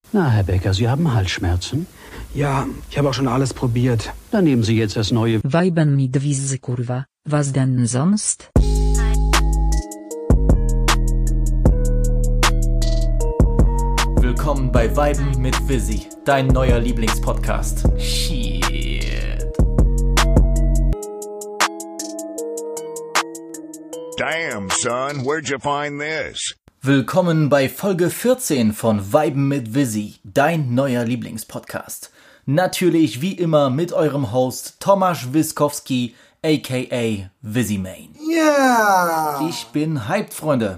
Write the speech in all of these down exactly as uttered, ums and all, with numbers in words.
Na, Herr Becker, Sie haben Halsschmerzen? Ja, ich habe auch schon alles probiert. Dann nehmen Sie jetzt das neue Weiben mit Wizzy, kurwa, was denn sonst? Willkommen bei Weiben mit Wizzy, dein neuer Lieblingspodcast. Shit. Damn, son, where'd you find this? Willkommen bei Folge vierzehn von Weiben mit Wizzy, dein neuer Lieblingspodcast. Natürlich wie immer mit eurem Host Tomasz Wiskowski, aka Wizzy Main. Ja! Ich bin hyped, Freunde.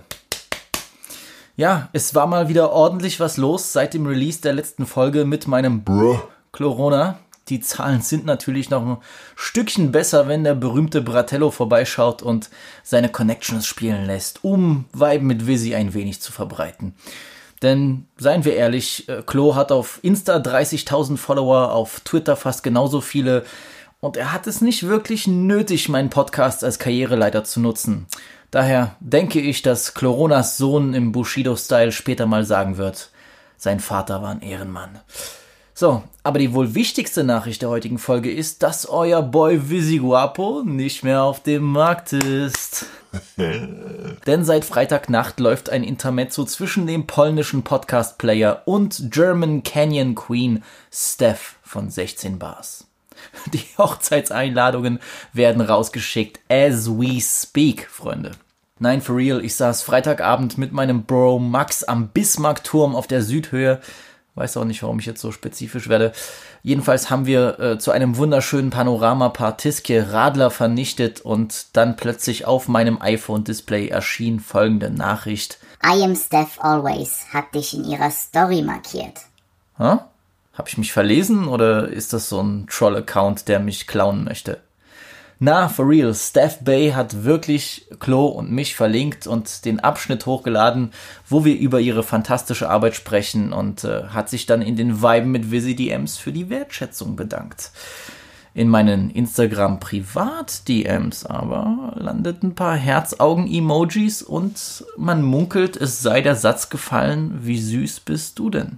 Ja, es war mal wieder ordentlich was los seit dem Release der letzten Folge mit meinem Bro Corona. Die Zahlen sind natürlich noch ein Stückchen besser, wenn der berühmte Bratello vorbeischaut und seine Connections spielen lässt, um Weiben mit Wizzy ein wenig zu verbreiten. Denn, seien wir ehrlich, Klo hat auf Insta dreißigtausend Follower, auf Twitter fast genauso viele und er hat es nicht wirklich nötig, meinen Podcast als Karriereleiter zu nutzen. Daher denke ich, dass Coronas Sohn im Bushido-Style später mal sagen wird, sein Vater war ein Ehrenmann. So, aber die wohl wichtigste Nachricht der heutigen Folge ist, dass euer Boy Wizzy Guapo nicht mehr auf dem Markt ist. Denn seit Freitagnacht läuft ein Intermezzo zwischen dem polnischen Podcast-Player und German Canyon Queen Steph von sechzehn Bars. Die Hochzeitseinladungen werden rausgeschickt as we speak, Freunde. Nein, for real, ich saß Freitagabend mit meinem Bro Max am Bismarckturm auf der Südhöhe. Weiß auch nicht, warum ich jetzt so spezifisch werde. Jedenfalls haben wir äh, zu einem wunderschönen Panorama paar Tiske Radler vernichtet und dann plötzlich auf meinem iPhone-Display erschien folgende Nachricht. I am Steph Always hat dich in ihrer Story markiert. Hä? Hab ich mich verlesen oder ist das so ein Troll-Account, der mich klauen möchte? Na, for real, Steph Bay hat wirklich Klo und mich verlinkt und den Abschnitt hochgeladen, wo wir über ihre fantastische Arbeit sprechen und äh, hat sich dann in den Weiben mit Wizzy D Ms für die Wertschätzung bedankt. In meinen Instagram-Privat-D Ms aber landet ein paar Herzaugen-Emojis und man munkelt, es sei der Satz gefallen, wie süß bist du denn?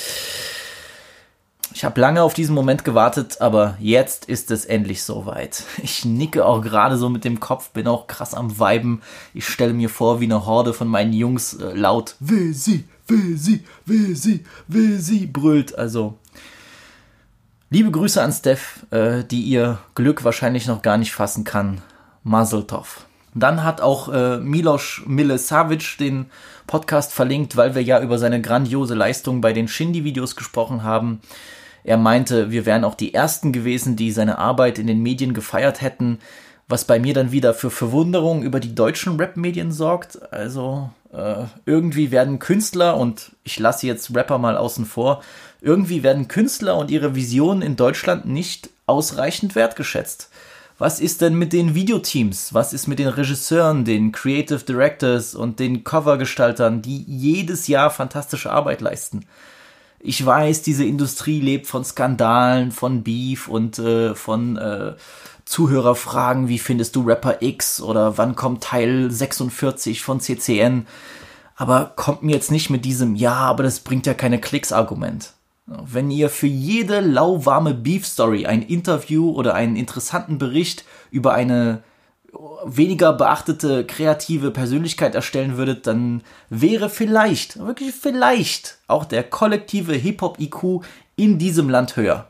Ich habe lange auf diesen Moment gewartet, aber jetzt ist es endlich soweit. Ich nicke auch gerade so mit dem Kopf, bin auch krass am Viben. Ich stelle mir vor, wie eine Horde von meinen Jungs äh, laut Wizzy, Wizzy, Wizzy, Wizzy brüllt. Also, liebe Grüße an Steph, äh, die ihr Glück wahrscheinlich noch gar nicht fassen kann. Mazel tov. Dann hat auch äh, Milos Milesavic den Podcast verlinkt, weil wir ja über seine grandiose Leistung bei den Shindy-Videos gesprochen haben. Er meinte, wir wären auch die Ersten gewesen, die seine Arbeit in den Medien gefeiert hätten, was bei mir dann wieder für Verwunderung über die deutschen Rap-Medien sorgt. Also äh, irgendwie werden Künstler, und ich lasse jetzt Rapper mal außen vor, irgendwie werden Künstler und ihre Visionen in Deutschland nicht ausreichend wertgeschätzt. Was ist denn mit den Videoteams? Was ist mit den Regisseuren, den Creative Directors und den Covergestaltern, die jedes Jahr fantastische Arbeit leisten? Ich weiß, diese Industrie lebt von Skandalen, von Beef und äh, von äh, Zuhörerfragen, wie findest du Rapper X oder wann kommt Teil sechsundvierzig von C C N? Aber kommt mir jetzt nicht mit diesem Ja, aber das bringt ja keine Klicks-Argument. Wenn ihr für jede lauwarme Beef-Story ein Interview oder einen interessanten Bericht über eine weniger beachtete kreative Persönlichkeit erstellen würdet, dann wäre vielleicht, wirklich vielleicht, auch der kollektive Hip-Hop-I Q in diesem Land höher.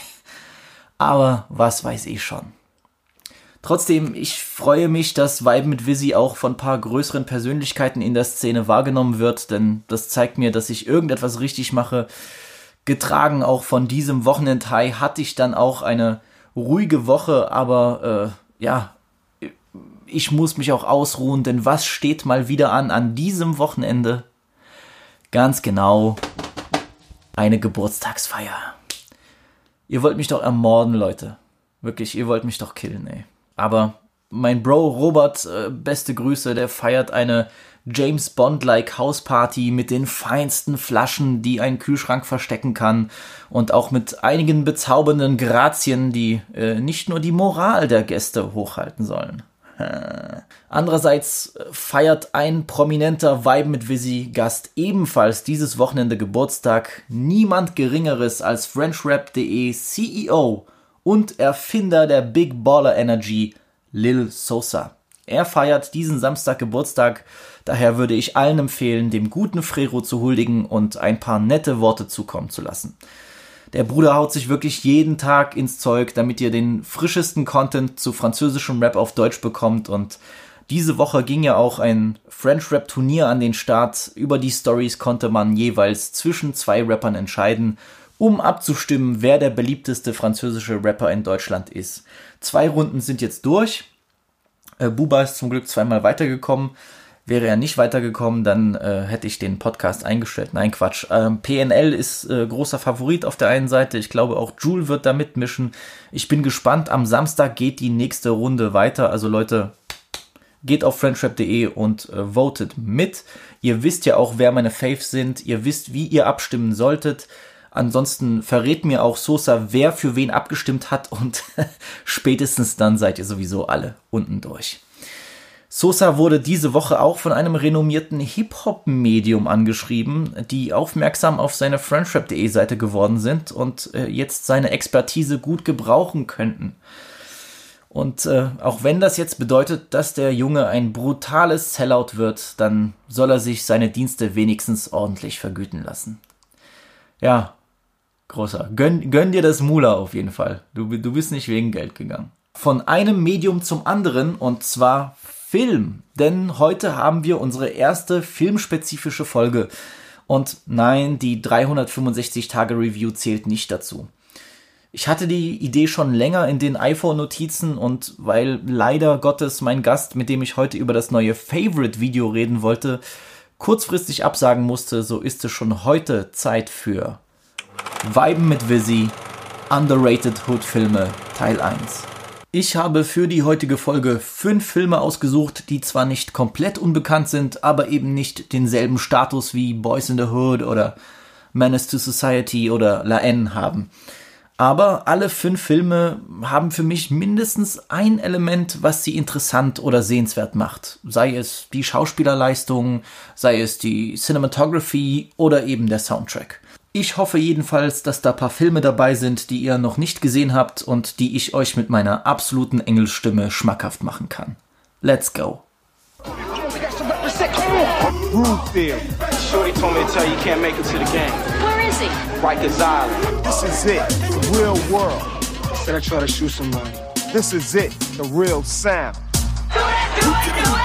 Aber was weiß ich schon. Trotzdem, ich freue mich, dass Weiben mit Wizzy auch von ein paar größeren Persönlichkeiten in der Szene wahrgenommen wird, denn das zeigt mir, dass ich irgendetwas richtig mache. Getragen auch von diesem Wochenend-High hatte ich dann auch eine ruhige Woche, aber äh, ja, ich muss mich auch ausruhen, denn was steht mal wieder an an diesem Wochenende? Ganz genau, eine Geburtstagsfeier. Ihr wollt mich doch ermorden, Leute. Wirklich, ihr wollt mich doch killen, ey. Aber mein Bro Robert, äh, beste Grüße, der feiert eine James Bond-like Hausparty mit den feinsten Flaschen, die ein Kühlschrank verstecken kann und auch mit einigen bezaubernden Grazien, die äh, nicht nur die Moral der Gäste hochhalten sollen. Andererseits feiert ein prominenter Vibe mit Visi-Gast ebenfalls dieses Wochenende Geburtstag. Niemand Geringeres als Frenchrap punkt de C E O und Erfinder der Big Baller Energy, Lil Sosa. Er feiert diesen Samstag Geburtstag, daher würde ich allen empfehlen, dem guten Frero zu huldigen und ein paar nette Worte zukommen zu lassen. Der Bruder haut sich wirklich jeden Tag ins Zeug, damit ihr den frischesten Content zu französischem Rap auf Deutsch bekommt. Und diese Woche ging ja auch ein French-Rap-Turnier an den Start. Über die Stories konnte man jeweils zwischen zwei Rappern entscheiden, um abzustimmen, wer der beliebteste französische Rapper in Deutschland ist. Zwei Runden sind jetzt durch. Äh, Buba ist zum Glück zweimal weitergekommen. Wäre er nicht weitergekommen, dann äh, hätte ich den Podcast eingestellt. Nein, Quatsch. Ähm, P N L ist äh, großer Favorit auf der einen Seite. Ich glaube, auch Jul wird da mitmischen. Ich bin gespannt. Am Samstag geht die nächste Runde weiter. Also Leute, geht auf frenchrap punkt de und äh, votet mit. Ihr wisst ja auch, wer meine Faves sind. Ihr wisst, wie ihr abstimmen solltet. Ansonsten verrät mir auch Sosa, wer für wen abgestimmt hat. Und spätestens dann seid ihr sowieso alle unten durch. Sosa wurde diese Woche auch von einem renommierten Hip-Hop-Medium angeschrieben, die aufmerksam auf seine frenchrap punkt de Seite geworden sind und äh, jetzt seine Expertise gut gebrauchen könnten. Und äh, auch wenn das jetzt bedeutet, dass der Junge ein brutales Sellout wird, dann soll er sich seine Dienste wenigstens ordentlich vergüten lassen. Ja, großer. Gönn, gönn dir das Mula auf jeden Fall. Du, du bist nicht wegen Geld gegangen. Von einem Medium zum anderen, und zwar Film, denn heute haben wir unsere erste filmspezifische Folge und nein, die dreihundertfünfundsechzig Tage Review zählt nicht dazu. Ich hatte die Idee schon länger in den iPhone-Notizen und weil leider Gottes mein Gast, mit dem ich heute über das neue Favorite-Video reden wollte, kurzfristig absagen musste, so ist es schon heute Zeit für Viben mit Visi, Underrated Hood-Filme Teil eins. Ich habe für die heutige Folge fünf Filme ausgesucht, die zwar nicht komplett unbekannt sind, aber eben nicht denselben Status wie Boys in the Hood oder Menace to Society oder La Haine haben. Aber alle fünf Filme haben für mich mindestens ein Element, was sie interessant oder sehenswert macht. Sei es die Schauspielerleistung, sei es die Cinematography oder eben der Soundtrack. Ich hoffe jedenfalls, dass da ein paar Filme dabei sind, die ihr noch nicht gesehen habt und die ich euch mit meiner absoluten Engelstimme schmackhaft machen kann. Let's go! Broomfield. Shorty told me to tell you you can't make it to the game. Where is he? Rikers Island. This is it, the real world. Said I try to shoot somebody. This is it, the real sound. Do it, do it, do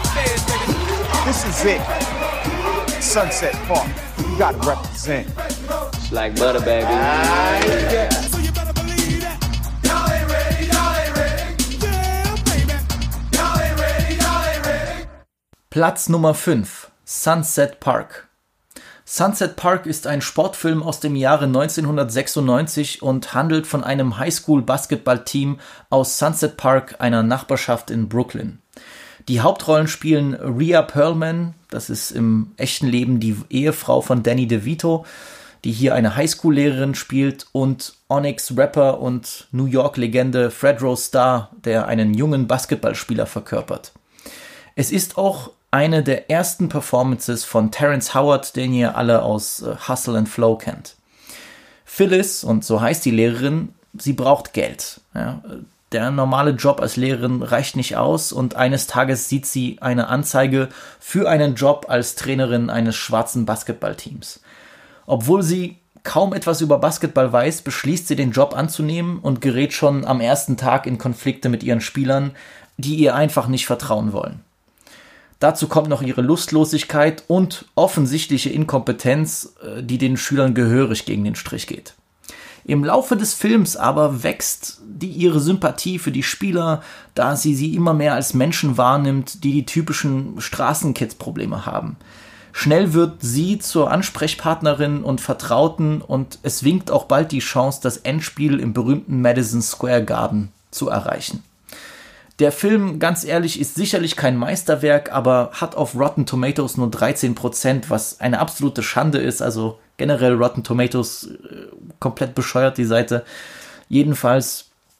it! This is it, Sunset Park. You gotta represent. It's like butter, baby. Ah, yeah. So you better believe that. Y'all ain't ready, y'all ain't ready. Yeah, baby. Y'all ain't ready, y'all ain't ready. Platz Nummer fünf. Sunset Park. Sunset Park ist ein Sportfilm aus dem Jahre neunzehnhundertsechsundneunzig und handelt von einem Highschool-Basketballteam aus Sunset Park, einer Nachbarschaft in Brooklyn. Die Hauptrollen spielen Rhea Perlman, das ist im echten Leben die Ehefrau von Danny DeVito, die hier eine Highschool-Lehrerin spielt, und Onyx-Rapper und New York-Legende Fredro Starr, der einen jungen Basketballspieler verkörpert. Es ist auch eine der ersten Performances von Terrence Howard, den ihr alle aus Hustle and Flow kennt. Phyllis, und so heißt die Lehrerin, sie braucht Geld. Ja, der normale Job als Lehrerin reicht nicht aus und eines Tages sieht sie eine Anzeige für einen Job als Trainerin eines schwarzen Basketballteams. Obwohl sie kaum etwas über Basketball weiß, beschließt sie, den Job anzunehmen und gerät schon am ersten Tag in Konflikte mit ihren Spielern, die ihr einfach nicht vertrauen wollen. Dazu kommt noch ihre Lustlosigkeit und offensichtliche Inkompetenz, die den Schülern gehörig gegen den Strich geht. Im Laufe des Films aber wächst die ihre Sympathie für die Spieler, da sie sie immer mehr als Menschen wahrnimmt, die die typischen Straßenkids-Probleme haben. Schnell wird sie zur Ansprechpartnerin und Vertrauten und es winkt auch bald die Chance, das Endspiel im berühmten Madison Square Garden zu erreichen. Der Film, ganz ehrlich, ist sicherlich kein Meisterwerk, aber hat auf Rotten Tomatoes nur dreizehn Prozent, was eine absolute Schande ist. Also generell Rotten Tomatoes äh, komplett bescheuert, die Seite. Jedenfalls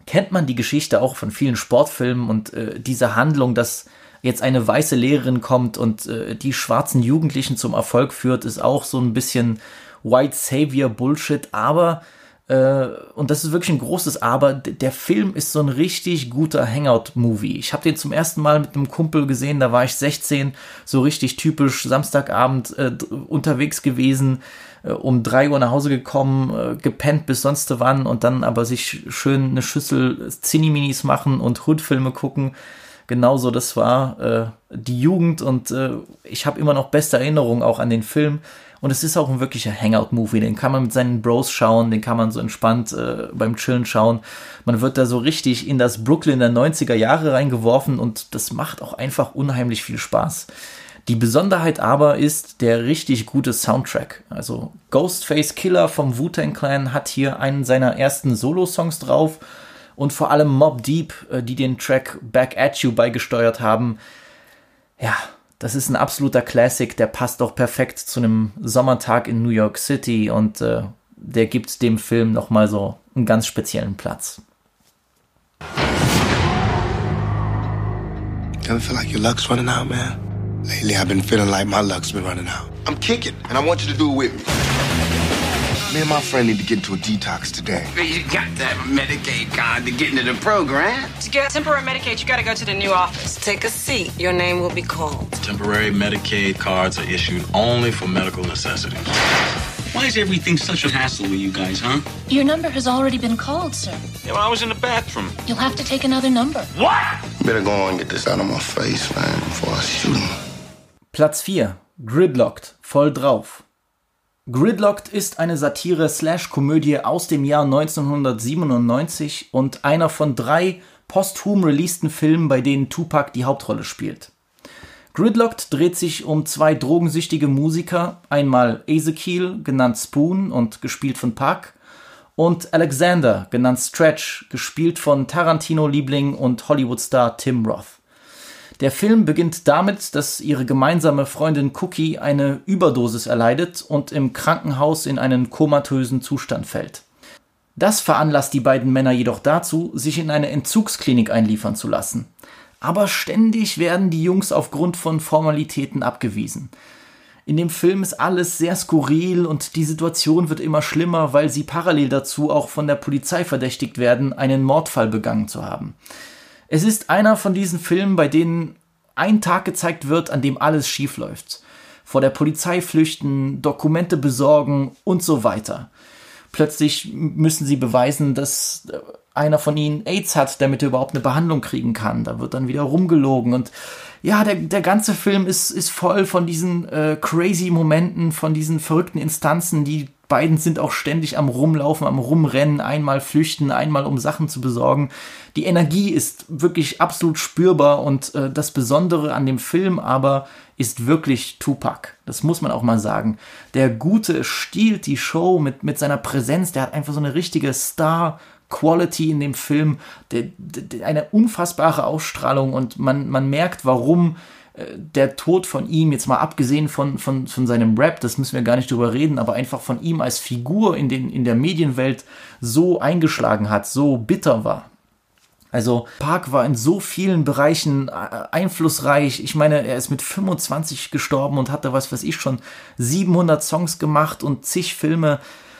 kennt man die Geschichte auch von vielen Sportfilmen und äh, diese Handlung, dass jetzt eine weiße Lehrerin kommt und äh, die schwarzen Jugendlichen zum Erfolg führt, ist auch so ein bisschen White Savior Bullshit, aber äh, und das ist wirklich ein großes Aber, der Film ist so ein richtig guter Hangout-Movie. Ich habe den zum ersten Mal mit einem Kumpel gesehen, da war ich sechzehn, so richtig typisch Samstagabend äh, unterwegs gewesen, äh, um drei Uhr nach Hause gekommen, äh, gepennt bis sonst wann und dann aber sich schön eine Schüssel Cineminis machen und Hood-Filme gucken. Genauso, das war äh, die Jugend und äh, ich habe immer noch beste Erinnerungen auch an den Film. Und es ist auch ein wirklicher Hangout-Movie, den kann man mit seinen Bros schauen, den kann man so entspannt äh, beim Chillen schauen. Man wird da so richtig in das Brooklyn der neunziger Jahre reingeworfen und das macht auch einfach unheimlich viel Spaß. Die Besonderheit aber ist der richtig gute Soundtrack. Also Ghostface Killah vom Wu-Tang Clan hat hier einen seiner ersten Solo-Songs drauf und vor allem Mobb Deep, äh, die den Track Back at You beigesteuert haben. Ja, das ist ein absoluter Classic, der passt auch perfekt zu einem Sommertag in New York City und äh, der gibt dem Film nochmal so einen ganz speziellen Platz. Doesn't feel like your luck's running out, man? Lately I've been feeling like my luck's been running out. I'm kicking, and I want you to do it with me. Me and my friend need to get into a detox today. You got to have a Medicaid card to get into the program. To get temporary Medicaid, you got to go to the new office. Take a seat. Your name will be called. Temporary Medicaid cards are issued only for medical necessities. Why is everything such a hassle with you guys, huh? Your number has already been called, sir. Yeah, well, I was in the bathroom. You'll have to take another number. What? Better go on and get this out of my face, man, before I shoot him. Platz vier. Gridlocked. Voll drauf. Gridlocked ist eine Satire-Slash-Komödie aus dem Jahr neunzehnhundertsiebenundneunzig und einer von drei posthum releaseden Filmen, bei denen Tupac die Hauptrolle spielt. Gridlocked dreht sich um zwei drogensüchtige Musiker, einmal Ezekiel, genannt Spoon und gespielt von Pac, und Alexander, genannt Stretch, gespielt von Tarantino-Liebling und Hollywood-Star Tim Roth. Der Film beginnt damit, dass ihre gemeinsame Freundin Cookie eine Überdosis erleidet und im Krankenhaus in einen komatösen Zustand fällt. Das veranlasst die beiden Männer jedoch dazu, sich in eine Entzugsklinik einliefern zu lassen. Aber ständig werden die Jungs aufgrund von Formalitäten abgewiesen. In dem Film ist alles sehr skurril und die Situation wird immer schlimmer, weil sie parallel dazu auch von der Polizei verdächtigt werden, einen Mordfall begangen zu haben. Es ist einer von diesen Filmen, bei denen ein Tag gezeigt wird, an dem alles schief läuft. Vor der Polizei flüchten, Dokumente besorgen und so weiter. Plötzlich müssen sie beweisen, dass einer von ihnen AIDS hat, damit er überhaupt eine Behandlung kriegen kann. Da wird dann wieder rumgelogen und ja, der, der ganze Film ist, ist voll von diesen äh, crazy Momenten, von diesen verrückten Instanzen. Die beiden sind auch ständig am Rumlaufen, am Rumrennen, einmal flüchten, einmal um Sachen zu besorgen. Die Energie ist wirklich absolut spürbar und äh, das Besondere an dem Film aber ist wirklich Tupac. Das muss man auch mal sagen. Der Gute stiehlt die Show mit, mit seiner Präsenz. Der hat einfach so eine richtige Star- Quality in dem Film, der, der, eine unfassbare Ausstrahlung und man, man merkt, warum äh, der Tod von ihm, jetzt mal abgesehen von, von, von seinem Rap, das müssen wir gar nicht drüber reden, aber einfach von ihm als Figur in, den, in der Medienwelt so eingeschlagen hat, so bitter war. Also Pac war in so vielen Bereichen einflussreich. Ich meine, er ist mit fünfundzwanzig gestorben und hatte, was weiß ich, schon siebenhundert Songs gemacht und zig Filme.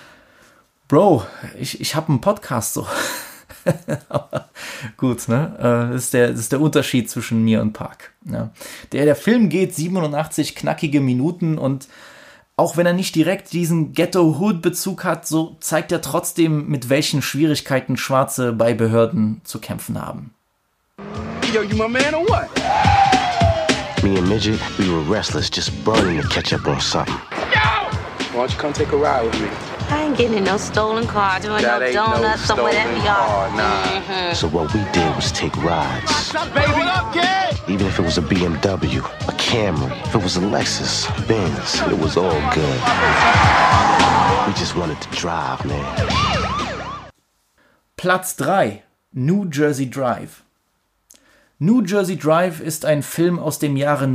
Bro, ich, ich habe einen Podcast so. Aber gut, ne? Das ist, der, das ist der Unterschied zwischen mir und Pac. Ja. Der, der Film geht siebenundachtzig knackige Minuten und auch wenn er nicht direkt diesen Ghetto-Hood-Bezug hat, so zeigt er trotzdem, mit welchen Schwierigkeiten Schwarze bei Behörden zu kämpfen haben. Yo, you my man or what? Me and Midget, we were restless, just burning to catch up on something. Yo! Why don't you come take a ride with me? I ain't getting in no stolen car, doing that no donuts no or whatever y'all. Nah. Mm-hmm. So what we did was take rides. Baby, what up, kid? Even if it was a B M W, a Camry, if it was a Lexus, Benz, it was all good. We just wanted to drive, man. Platz drei. New Jersey Drive. New Jersey Drive ist ein Film aus dem Jahre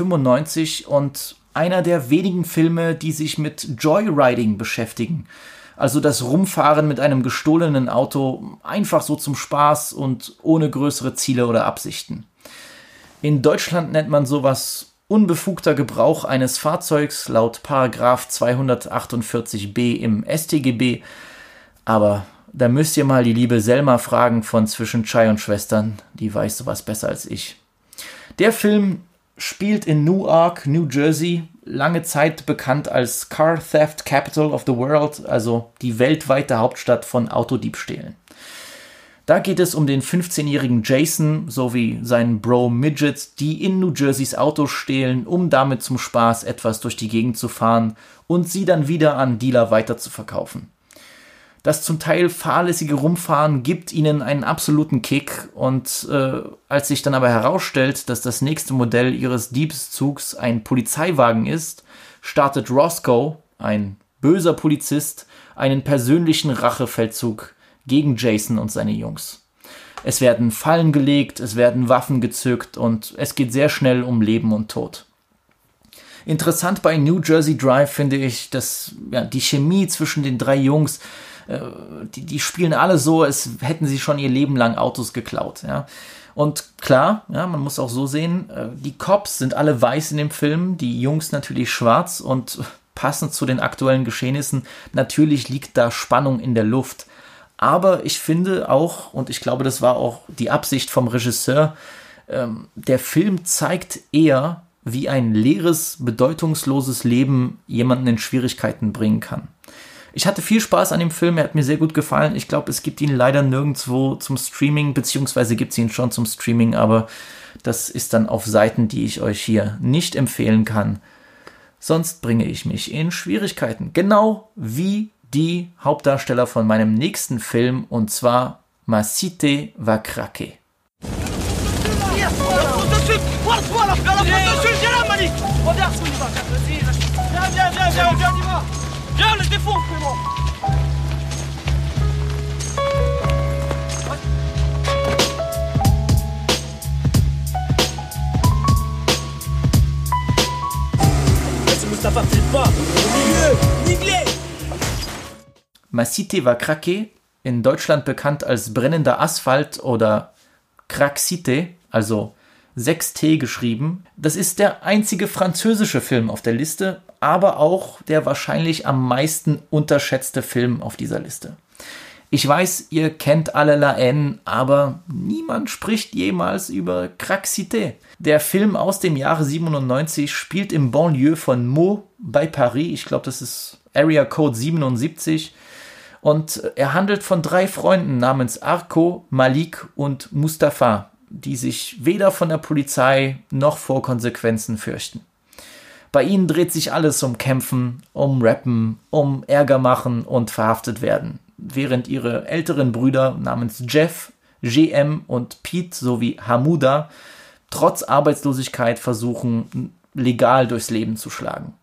neunzehnhundertfünfundneunzig und einer der wenigen Filme, die sich mit Joyriding beschäftigen. Also das Rumfahren mit einem gestohlenen Auto einfach so zum Spaß und ohne größere Ziele oder Absichten. In Deutschland nennt man sowas unbefugter Gebrauch eines Fahrzeugs laut Paragraph zweihundertachtundvierzig b im S t G B. Aber da müsst ihr mal die liebe Selma fragen von Zwischen Chai und Schwestern. Die weiß sowas besser als ich. Der Film spielt in Newark, New Jersey, lange Zeit bekannt als Car Theft Capital of the World, also die weltweite Hauptstadt von Autodiebstählen. Da geht es um den fünfzehnjährigen Jason sowie seinen Bro Midget, die in New Jerseys Autos stehlen, um damit zum Spaß etwas durch die Gegend zu fahren und sie dann wieder an Dealer weiterzuverkaufen. Das zum Teil fahrlässige Rumfahren gibt ihnen einen absoluten Kick und äh, als sich dann aber herausstellt, dass das nächste Modell ihres Diebeszugs ein Polizeiwagen ist, startet Roscoe, ein böser Polizist, einen persönlichen Rachefeldzug gegen Jason und seine Jungs. Es werden Fallen gelegt, es werden Waffen gezückt und es geht sehr schnell um Leben und Tod. Interessant bei New Jersey Drive finde ich, dass ja, die Chemie zwischen den drei Jungs, Die, die spielen alle so, als hätten sie schon ihr Leben lang Autos geklaut. Ja. Und klar, ja, man muss auch so sehen, die Cops sind alle weiß in dem Film, die Jungs natürlich schwarz und passend zu den aktuellen Geschehnissen, natürlich liegt da Spannung in der Luft. Aber ich finde auch, und ich glaube, das war auch die Absicht vom Regisseur, ähm, der Film zeigt eher, wie ein leeres, bedeutungsloses Leben jemanden in Schwierigkeiten bringen kann. Ich hatte viel Spaß an dem Film, er hat mir sehr gut gefallen. Ich glaube, es gibt ihn leider nirgendwo zum Streaming, beziehungsweise gibt es ihn schon zum Streaming, aber das ist dann auf Seiten, die ich euch hier nicht empfehlen kann. Sonst bringe ich mich in Schwierigkeiten. Genau wie die Hauptdarsteller von meinem nächsten Film, und zwar Ma cité va craquer. Viens, laisse défaut, fais-moi. Laisse Mustapha, file pas. Au milieu, niglé. Ma cité va craquer, in Deutschland bekannt als brennender Asphalt oder Crack Cité, also sechs T geschrieben. Das ist der einzige französische Film auf der Liste, aber auch der wahrscheinlich am meisten unterschätzte Film auf dieser Liste. Ich weiß, ihr kennt alle La Haine, aber niemand spricht jemals über Crack Cité. Der Film aus dem Jahre siebenundneunzig spielt im Banlieue von Meaux bei Paris. Ich glaube, das ist Area Code siebenundsiebzig. Und er handelt von drei Freunden namens Arko, Malik und Mustapha, die sich weder von der Polizei noch vor Konsequenzen fürchten. Bei ihnen dreht sich alles um Kämpfen, um Rappen, um Ärger machen und verhaftet werden, während ihre älteren Brüder namens Jeff, G M und Pete sowie Hamuda trotz Arbeitslosigkeit versuchen, legal durchs Leben zu schlagen.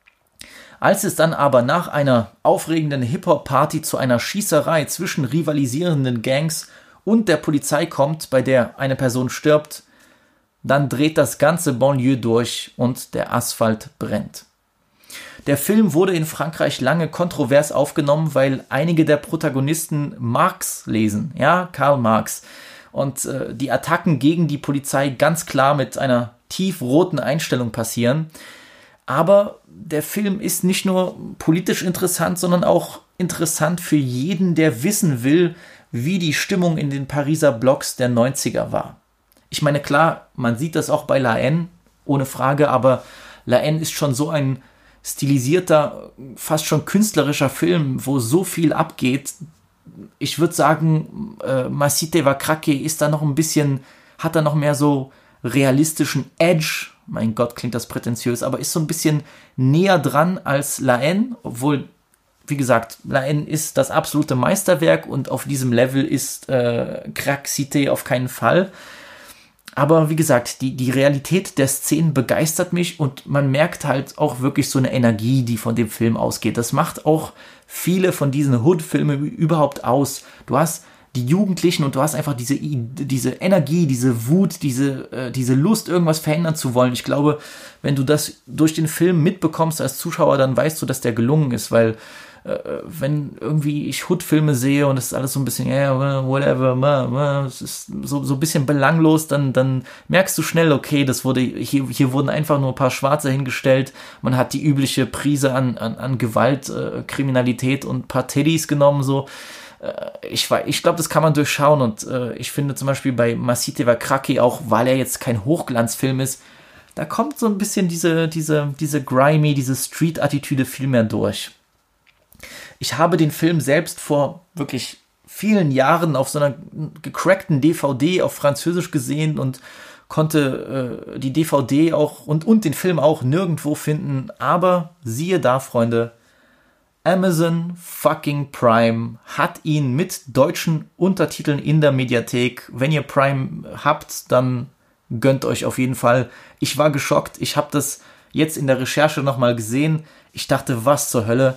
Als es dann aber nach einer aufregenden Hip-Hop-Party zu einer Schießerei zwischen rivalisierenden Gangs und der Polizei kommt, bei der eine Person stirbt, dann dreht das ganze Banlieue durch und der Asphalt brennt. Der Film wurde in Frankreich lange kontrovers aufgenommen, weil einige der Protagonisten Marx lesen, ja, Karl Marx, und äh, die Attacken gegen die Polizei ganz klar mit einer tiefroten Einstellung passieren. Aber der Film ist nicht nur politisch interessant, sondern auch interessant für jeden, der wissen will, wie die Stimmung in den Pariser Blocks der neunziger war. Ich meine, klar, man sieht das auch bei La Haine, ohne Frage, aber La Haine ist schon so ein stilisierter, fast schon künstlerischer Film, wo so viel abgeht. Ich würde sagen, äh, Ma cité va craquer ist da noch ein bisschen, hat da noch mehr so realistischen Edge. Mein Gott, klingt das prätentiös, aber ist so ein bisschen näher dran als La Haine, obwohl, wie gesagt, La Haine ist das absolute Meisterwerk und auf diesem Level ist äh, Crack Cité auf keinen Fall. Aber wie gesagt, die, die Realität der Szenen begeistert mich und man merkt halt auch wirklich so eine Energie, die von dem Film ausgeht. Das macht auch viele von diesen Hood-Filmen überhaupt aus. Du hast die Jugendlichen und du hast einfach diese, diese Energie, diese Wut, diese, äh, diese Lust, irgendwas verändern zu wollen. Ich glaube, wenn du das durch den Film mitbekommst als Zuschauer, dann weißt du, dass der gelungen ist, weil äh, wenn irgendwie ich Hood-Filme sehe und es ist alles so ein bisschen, ja, yeah, whatever, es ist so, so ein bisschen belanglos, dann, dann merkst du schnell, okay, das wurde, hier, hier wurden einfach nur ein paar Schwarze hingestellt, man hat die übliche Prise an, an, an Gewalt, äh, Kriminalität und ein paar Tiddies genommen, so. Äh, ich ich glaube, das kann man durchschauen und äh, ich finde zum Beispiel bei Masite wa Kraki auch, weil er jetzt kein Hochglanzfilm ist, da kommt so ein bisschen diese, diese, diese grimy, diese Street-Attitüde viel mehr durch. Ich habe den Film selbst vor wirklich vielen Jahren auf so einer gecrackten D V D auf Französisch gesehen und konnte äh, die D V D auch und, und den Film auch nirgendwo finden. Aber siehe da, Freunde, Amazon fucking Prime hat ihn mit deutschen Untertiteln in der Mediathek. Wenn ihr Prime habt, dann gönnt euch auf jeden Fall. Ich war geschockt. Ich habe das jetzt in der Recherche nochmal gesehen. Ich dachte, was zur Hölle?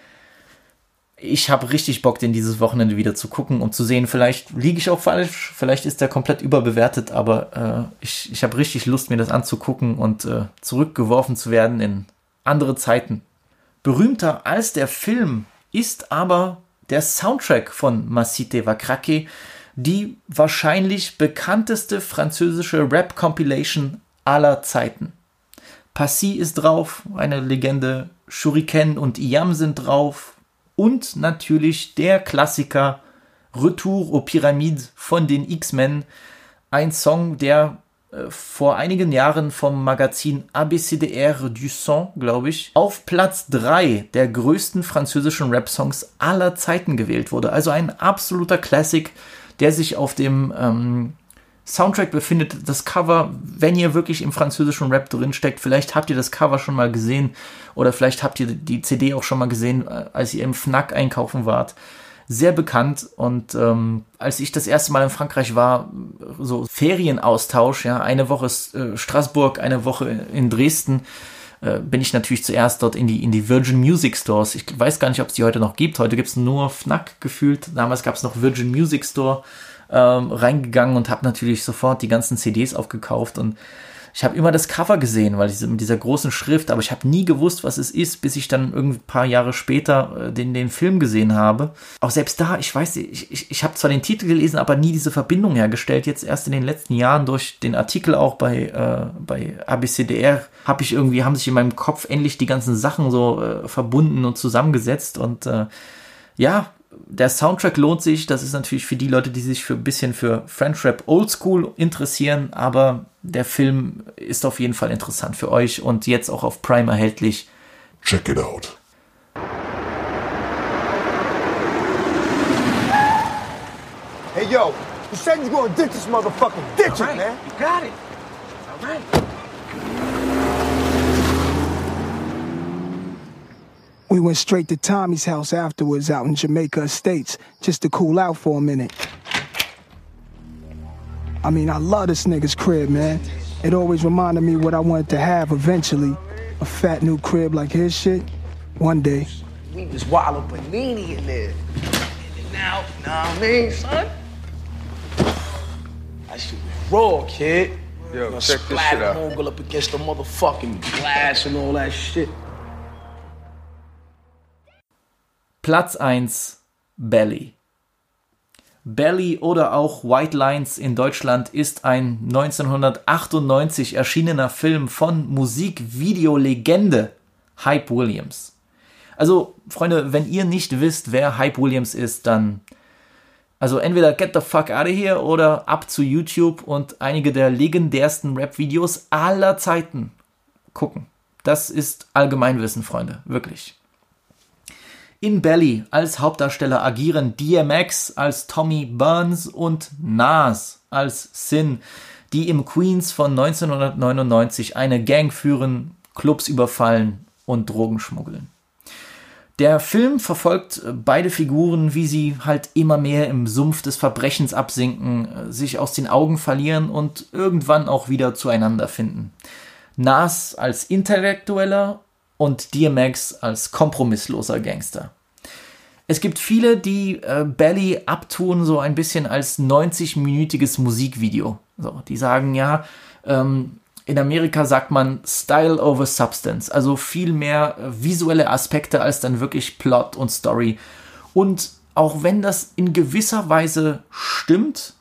Ich habe richtig Bock, den dieses Wochenende wieder zu gucken, um zu sehen, vielleicht liege ich auch falsch, vielleicht ist der komplett überbewertet, aber äh, ich, ich habe richtig Lust, mir das anzugucken und äh, zurückgeworfen zu werden in andere Zeiten. Berühmter als der Film ist aber der Soundtrack von Masite wa Kraki, die wahrscheinlich bekannteste französische Rap-Compilation aller Zeiten. Passy ist drauf, eine Legende, Shuriken und Iam sind drauf und natürlich der Klassiker Retour aux Pyramides von den X-Men, ein Song, der äh, vor einigen Jahren vom Magazin A B C D R du Son, glaube ich, auf Platz drei der größten französischen Rap-Songs aller Zeiten gewählt wurde. Also ein absoluter Classic, der sich auf dem ähm, Soundtrack befindet. Das Cover, wenn ihr wirklich im französischen Rap drinsteckt, vielleicht habt ihr das Cover schon mal gesehen oder vielleicht habt ihr die C D auch schon mal gesehen, als ihr im Fnac einkaufen wart. Sehr bekannt und ähm, als ich das erste Mal in Frankreich war, so Ferienaustausch, ja, eine Woche äh, Straßburg, eine Woche in Dresden, äh, bin ich natürlich zuerst dort in die, in die Virgin Music Stores. Ich weiß gar nicht, ob es die heute noch gibt. Heute gibt es nur Fnac gefühlt. Damals gab es noch Virgin Music Store. Ähm, reingegangen und habe natürlich sofort die ganzen C Ds aufgekauft und ich habe immer das Cover gesehen, weil diese, mit dieser großen Schrift, aber ich habe nie gewusst, was es ist, bis ich dann irgendwie ein paar Jahre später äh, den, den Film gesehen habe. Auch selbst da, ich weiß nicht, ich, ich, ich habe zwar den Titel gelesen, aber nie diese Verbindung hergestellt. Jetzt erst in den letzten Jahren durch den Artikel auch bei, äh, bei A B C D R habe ich irgendwie, haben sich in meinem Kopf endlich die ganzen Sachen so äh, verbunden und zusammengesetzt und äh, ja, der Soundtrack lohnt sich, das ist natürlich für die Leute, die sich für ein bisschen für French Rap Oldschool interessieren, aber der Film ist auf jeden Fall interessant für euch und jetzt auch auf Prime erhältlich. Check it out. Hey yo, you said you gonna ditch this motherfucking ditch it, man. You got it. All right. We went straight to Tommy's house afterwards out in Jamaica Estates, just to cool out for a minute. I mean, I love this nigga's crib, man. It always reminded me what I wanted to have eventually. A fat new crib like his shit. One day. We was wildin' panini in there. And now, nah, I mean, son. That shit was raw, kid. Yo, you know, check this shit out. Mogul up against the motherfucking glass and all that shit. Platz eins, Belly. Belly oder auch White Lines in Deutschland ist ein neunzehnhundertachtundneunzig erschienener Film von Musikvideolegende Hype Williams. Also, Freunde, wenn ihr nicht wisst, wer Hype Williams ist, dann also entweder get the fuck out of here oder ab zu YouTube und einige der legendärsten Rap-Videos aller Zeiten gucken. Das ist Allgemeinwissen, Freunde, wirklich. In Belly als Hauptdarsteller agieren D M X als Tommy Burns und Nas als Sin, die im Queens von neunzehnhundertneunundneunzig eine Gang führen, Clubs überfallen und Drogen schmuggeln. Der Film verfolgt beide Figuren, wie sie halt immer mehr im Sumpf des Verbrechens absinken, sich aus den Augen verlieren und irgendwann auch wieder zueinander finden. Nas als Intellektueller und D M X als kompromissloser Gangster. Es gibt viele, die äh, Belly abtun so ein bisschen als neunzig-minütiges Musikvideo. So, die sagen, ja, ähm, in Amerika sagt man Style over Substance, also viel mehr visuelle Aspekte als dann wirklich Plot und Story. Und auch wenn das in gewisser Weise stimmt,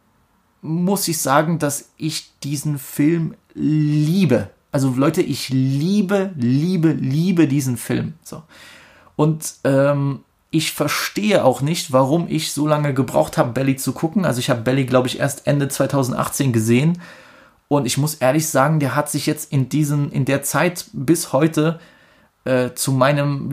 muss ich sagen, dass ich diesen Film liebe. Also Leute, ich liebe, liebe, liebe diesen Film. So. Und ähm, ich verstehe auch nicht, warum ich so lange gebraucht habe, Belly zu gucken. Also ich habe Belly, glaube ich, erst Ende zwanzig achtzehn gesehen. Und ich muss ehrlich sagen, der hat sich jetzt in diesen, in der Zeit bis heute äh, zu meinem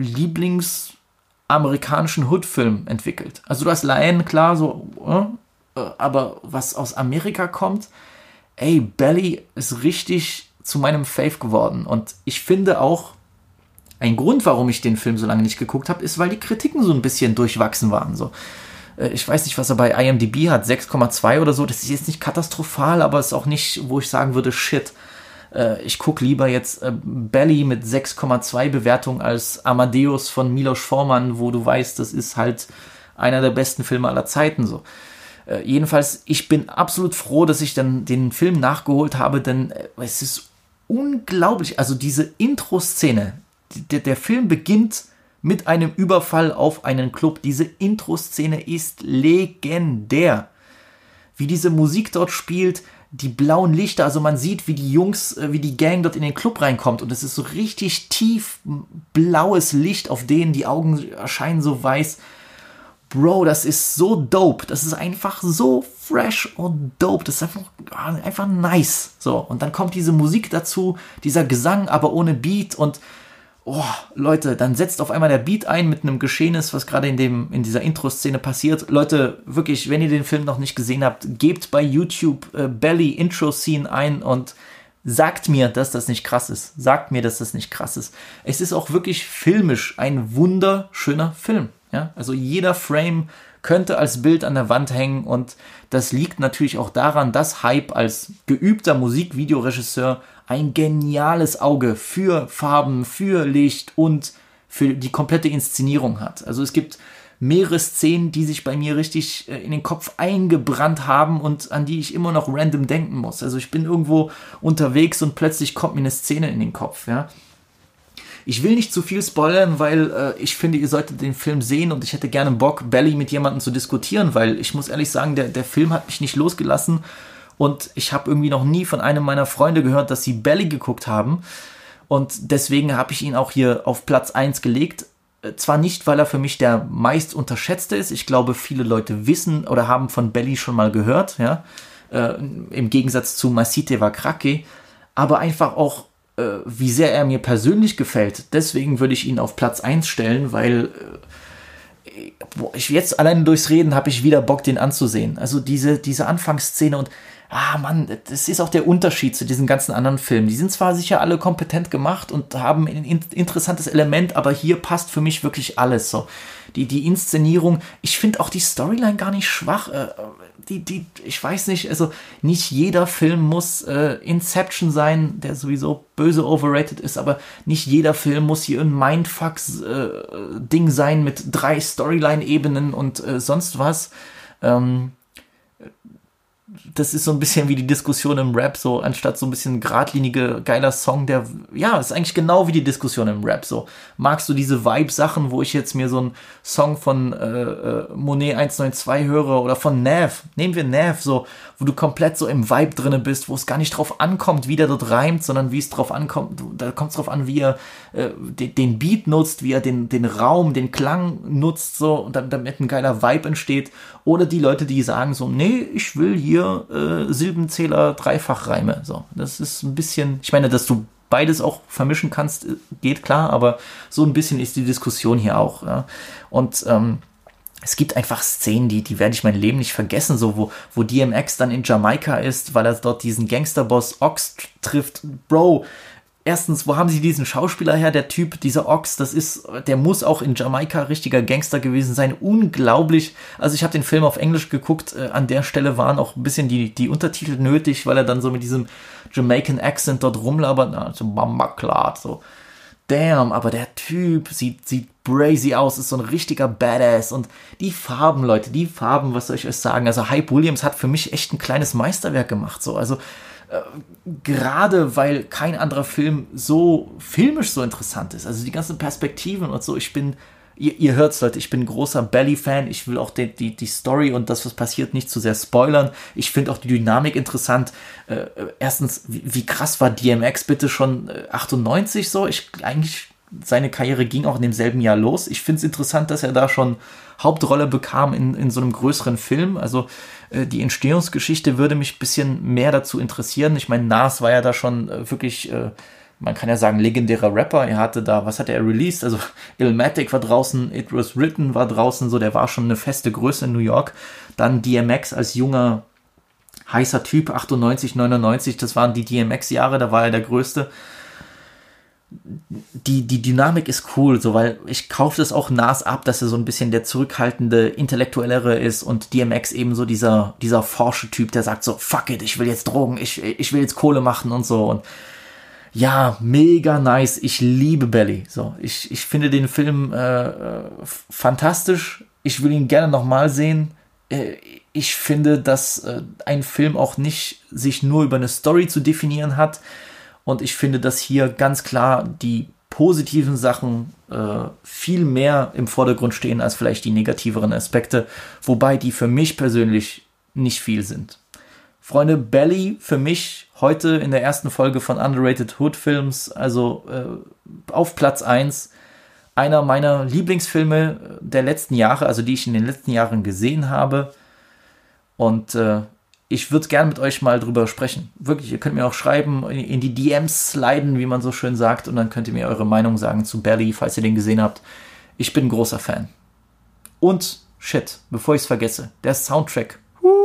Lieblingsamerikanischen Hood-Film entwickelt. Also du hast Lion, klar, so, äh, aber was aus Amerika kommt, ey, Belly ist richtig zu meinem Fave geworden. Und ich finde auch, ein Grund, warum ich den Film so lange nicht geguckt habe, ist, weil die Kritiken so ein bisschen durchwachsen waren. So. Ich weiß nicht, was er bei I M D B hat, sechs Komma zwei oder so. Das ist jetzt nicht katastrophal, aber es ist auch nicht, wo ich sagen würde, shit. Ich gucke lieber jetzt Belly mit sechs Komma zwei Bewertung als Amadeus von Milos Forman, wo du weißt, das ist halt einer der besten Filme aller Zeiten. So. Jedenfalls, ich bin absolut froh, dass ich dann den Film nachgeholt habe, denn es ist unglaublich. Also diese Intro-Szene, der, der Film beginnt mit einem Überfall auf einen Club. Diese Intro-Szene ist legendär. Wie diese Musik dort spielt, die blauen Lichter, also man sieht, wie die Jungs, wie die Gang dort in den Club reinkommt und es ist so richtig tief blaues Licht, auf denen die Augen erscheinen so weiß. Bro, das ist so dope. Das ist einfach so fresh und dope. Das ist einfach, einfach nice. So, und dann kommt diese Musik dazu, dieser Gesang, aber ohne Beat und oh, Leute, dann setzt auf einmal der Beat ein mit einem Geschehnis, was gerade in dem in dieser Intro-Szene passiert. Leute, wirklich, wenn ihr den Film noch nicht gesehen habt, gebt bei YouTube äh, Belly Intro-Scene ein und sagt mir, dass das nicht krass ist. Sagt mir, dass das nicht krass ist. Es ist auch wirklich filmisch ein wunderschöner Film. Ja? Also jeder Frame könnte als Bild an der Wand hängen und das liegt natürlich auch daran, dass Hype als geübter Musikvideoregisseur ein geniales Auge für Farben, für Licht und für die komplette Inszenierung hat. Also es gibt mehrere Szenen, die sich bei mir richtig in den Kopf eingebrannt haben und an die ich immer noch random denken muss. Also ich bin irgendwo unterwegs und plötzlich kommt mir eine Szene in den Kopf. Ja. Ich will nicht zu viel spoilern, weil äh, ich finde, ihr solltet den Film sehen und ich hätte gerne Bock, Belly mit jemandem zu diskutieren, weil ich muss ehrlich sagen, der, der Film hat mich nicht losgelassen. Und ich habe irgendwie noch nie von einem meiner Freunde gehört, dass sie Belly geguckt haben. Und deswegen habe ich ihn auch hier auf Platz eins gelegt. Zwar nicht, weil er für mich der meist unterschätzte ist. Ich glaube, viele Leute wissen oder haben von Belly schon mal gehört. Ja? Äh, im Gegensatz zu Masite wa Krake. Aber einfach auch, äh, wie sehr er mir persönlich gefällt. Deswegen würde ich ihn auf Platz eins stellen, weil äh, ich jetzt allein durchs Reden habe ich wieder Bock, den anzusehen. Also diese, diese Anfangsszene und ah Mann, das ist auch der Unterschied zu diesen ganzen anderen Filmen. Die sind zwar sicher alle kompetent gemacht und haben ein interessantes Element, aber hier passt für mich wirklich alles. So. Die, die Inszenierung, ich finde auch die Storyline gar nicht schwach. Äh, die, die, ich weiß nicht, also nicht jeder Film muss äh, Inception sein, der sowieso böse overrated ist, aber nicht jeder Film muss hier ein Mindfuck-Ding äh, sein mit drei Storyline-Ebenen und äh, sonst was. Ähm, das ist so ein bisschen wie die Diskussion im Rap, so anstatt so ein bisschen geradlinige, geiler Song, der, ja, ist eigentlich genau wie die Diskussion im Rap, so. Magst du diese Vibe-Sachen, wo ich jetzt mir so einen Song von äh, äh, Monet eins neun zwei höre oder von Nav, nehmen wir Nav, so, wo du komplett so im Vibe drinne bist, wo es gar nicht drauf ankommt, wie der dort reimt, sondern wie es drauf ankommt, da kommt es drauf an, wie er äh, den, den Beat nutzt, wie er den, den Raum, den Klang nutzt, so, und dann, damit ein geiler Vibe entsteht. Oder die Leute, die sagen so, nee, ich will hier äh, Silbenzähler Dreifachreime. So, das ist ein bisschen, ich meine, dass du beides auch vermischen kannst, geht klar, aber so ein bisschen ist die Diskussion hier auch. Ja. Und ähm, es gibt einfach Szenen, die, die werde ich mein Leben nicht vergessen, so wo, wo D M X dann in Jamaika ist, weil er dort diesen Gangsterboss Ox trifft. Bro, erstens, wo haben sie diesen Schauspieler her? Der Typ, dieser Ox, das ist, der muss auch in Jamaika richtiger Gangster gewesen sein. Unglaublich. Also ich habe den Film auf Englisch geguckt. Äh, an der Stelle waren auch ein bisschen die, die Untertitel nötig, weil er dann so mit diesem Jamaican Accent dort rumlabert. Na, so Mama klar, so. Damn, aber der Typ sieht, sieht brazy aus, ist so ein richtiger Badass. Und die Farben, Leute, die Farben, was soll ich euch sagen? Also Hype Williams hat für mich echt ein kleines Meisterwerk gemacht. So, also äh, gerade weil kein anderer Film so filmisch so interessant ist. Also die ganzen Perspektiven und so, ich bin, ihr, ihr hört's, Leute, ich bin ein großer Belly-Fan, ich will auch die, die, die Story und das, was passiert, nicht zu sehr spoilern. Ich finde auch die Dynamik interessant. Äh, erstens, wie, wie krass war D M X bitte schon äh, achtundneunzig so? Ich eigentlich, seine Karriere ging auch in demselben Jahr los. Ich finde es interessant, dass er da schon Hauptrolle bekam in, in so einem größeren Film. Also äh, die Entstehungsgeschichte würde mich ein bisschen mehr dazu interessieren. Ich meine, Nas war ja da schon äh, wirklich, äh, man kann ja sagen, legendärer Rapper. Er hatte da, was hatte er released? Also Illmatic war draußen, It Was Written war draußen, so, der war schon eine feste Größe in New York. Dann D M X als junger, heißer Typ, achtundneunzig, neunundneunzig, das waren die D M X-Jahre, da war er der Größte. Die, die Dynamik ist cool, so, weil ich kaufe das auch Nas ab, dass er so ein bisschen der zurückhaltende, intellektuellere ist und D M X eben so dieser, dieser forsche Typ, der sagt so, fuck it, ich will jetzt Drogen, ich, ich will jetzt Kohle machen und so. Und ja, mega nice, ich liebe Belly. So, ich, ich finde den Film äh, fantastisch, ich will ihn gerne nochmal sehen. Äh, ich finde, dass äh, ein Film auch nicht sich nur über eine Story zu definieren hat. Und ich finde, dass hier ganz klar die positiven Sachen äh, viel mehr im Vordergrund stehen als vielleicht die negativeren Aspekte, wobei die für mich persönlich nicht viel sind. Freunde, Belly für mich heute in der ersten Folge von Underrated Hood Films, also äh, auf Platz eins, einer meiner Lieblingsfilme der letzten Jahre, also die ich in den letzten Jahren gesehen habe. Und äh, ich würde gerne mit euch mal drüber sprechen. Wirklich, ihr könnt mir auch schreiben, in die D Ms sliden, wie man so schön sagt, und dann könnt ihr mir eure Meinung sagen zu Belly, falls ihr den gesehen habt. Ich bin ein großer Fan. Und, shit, bevor ich es vergesse, der Soundtrack.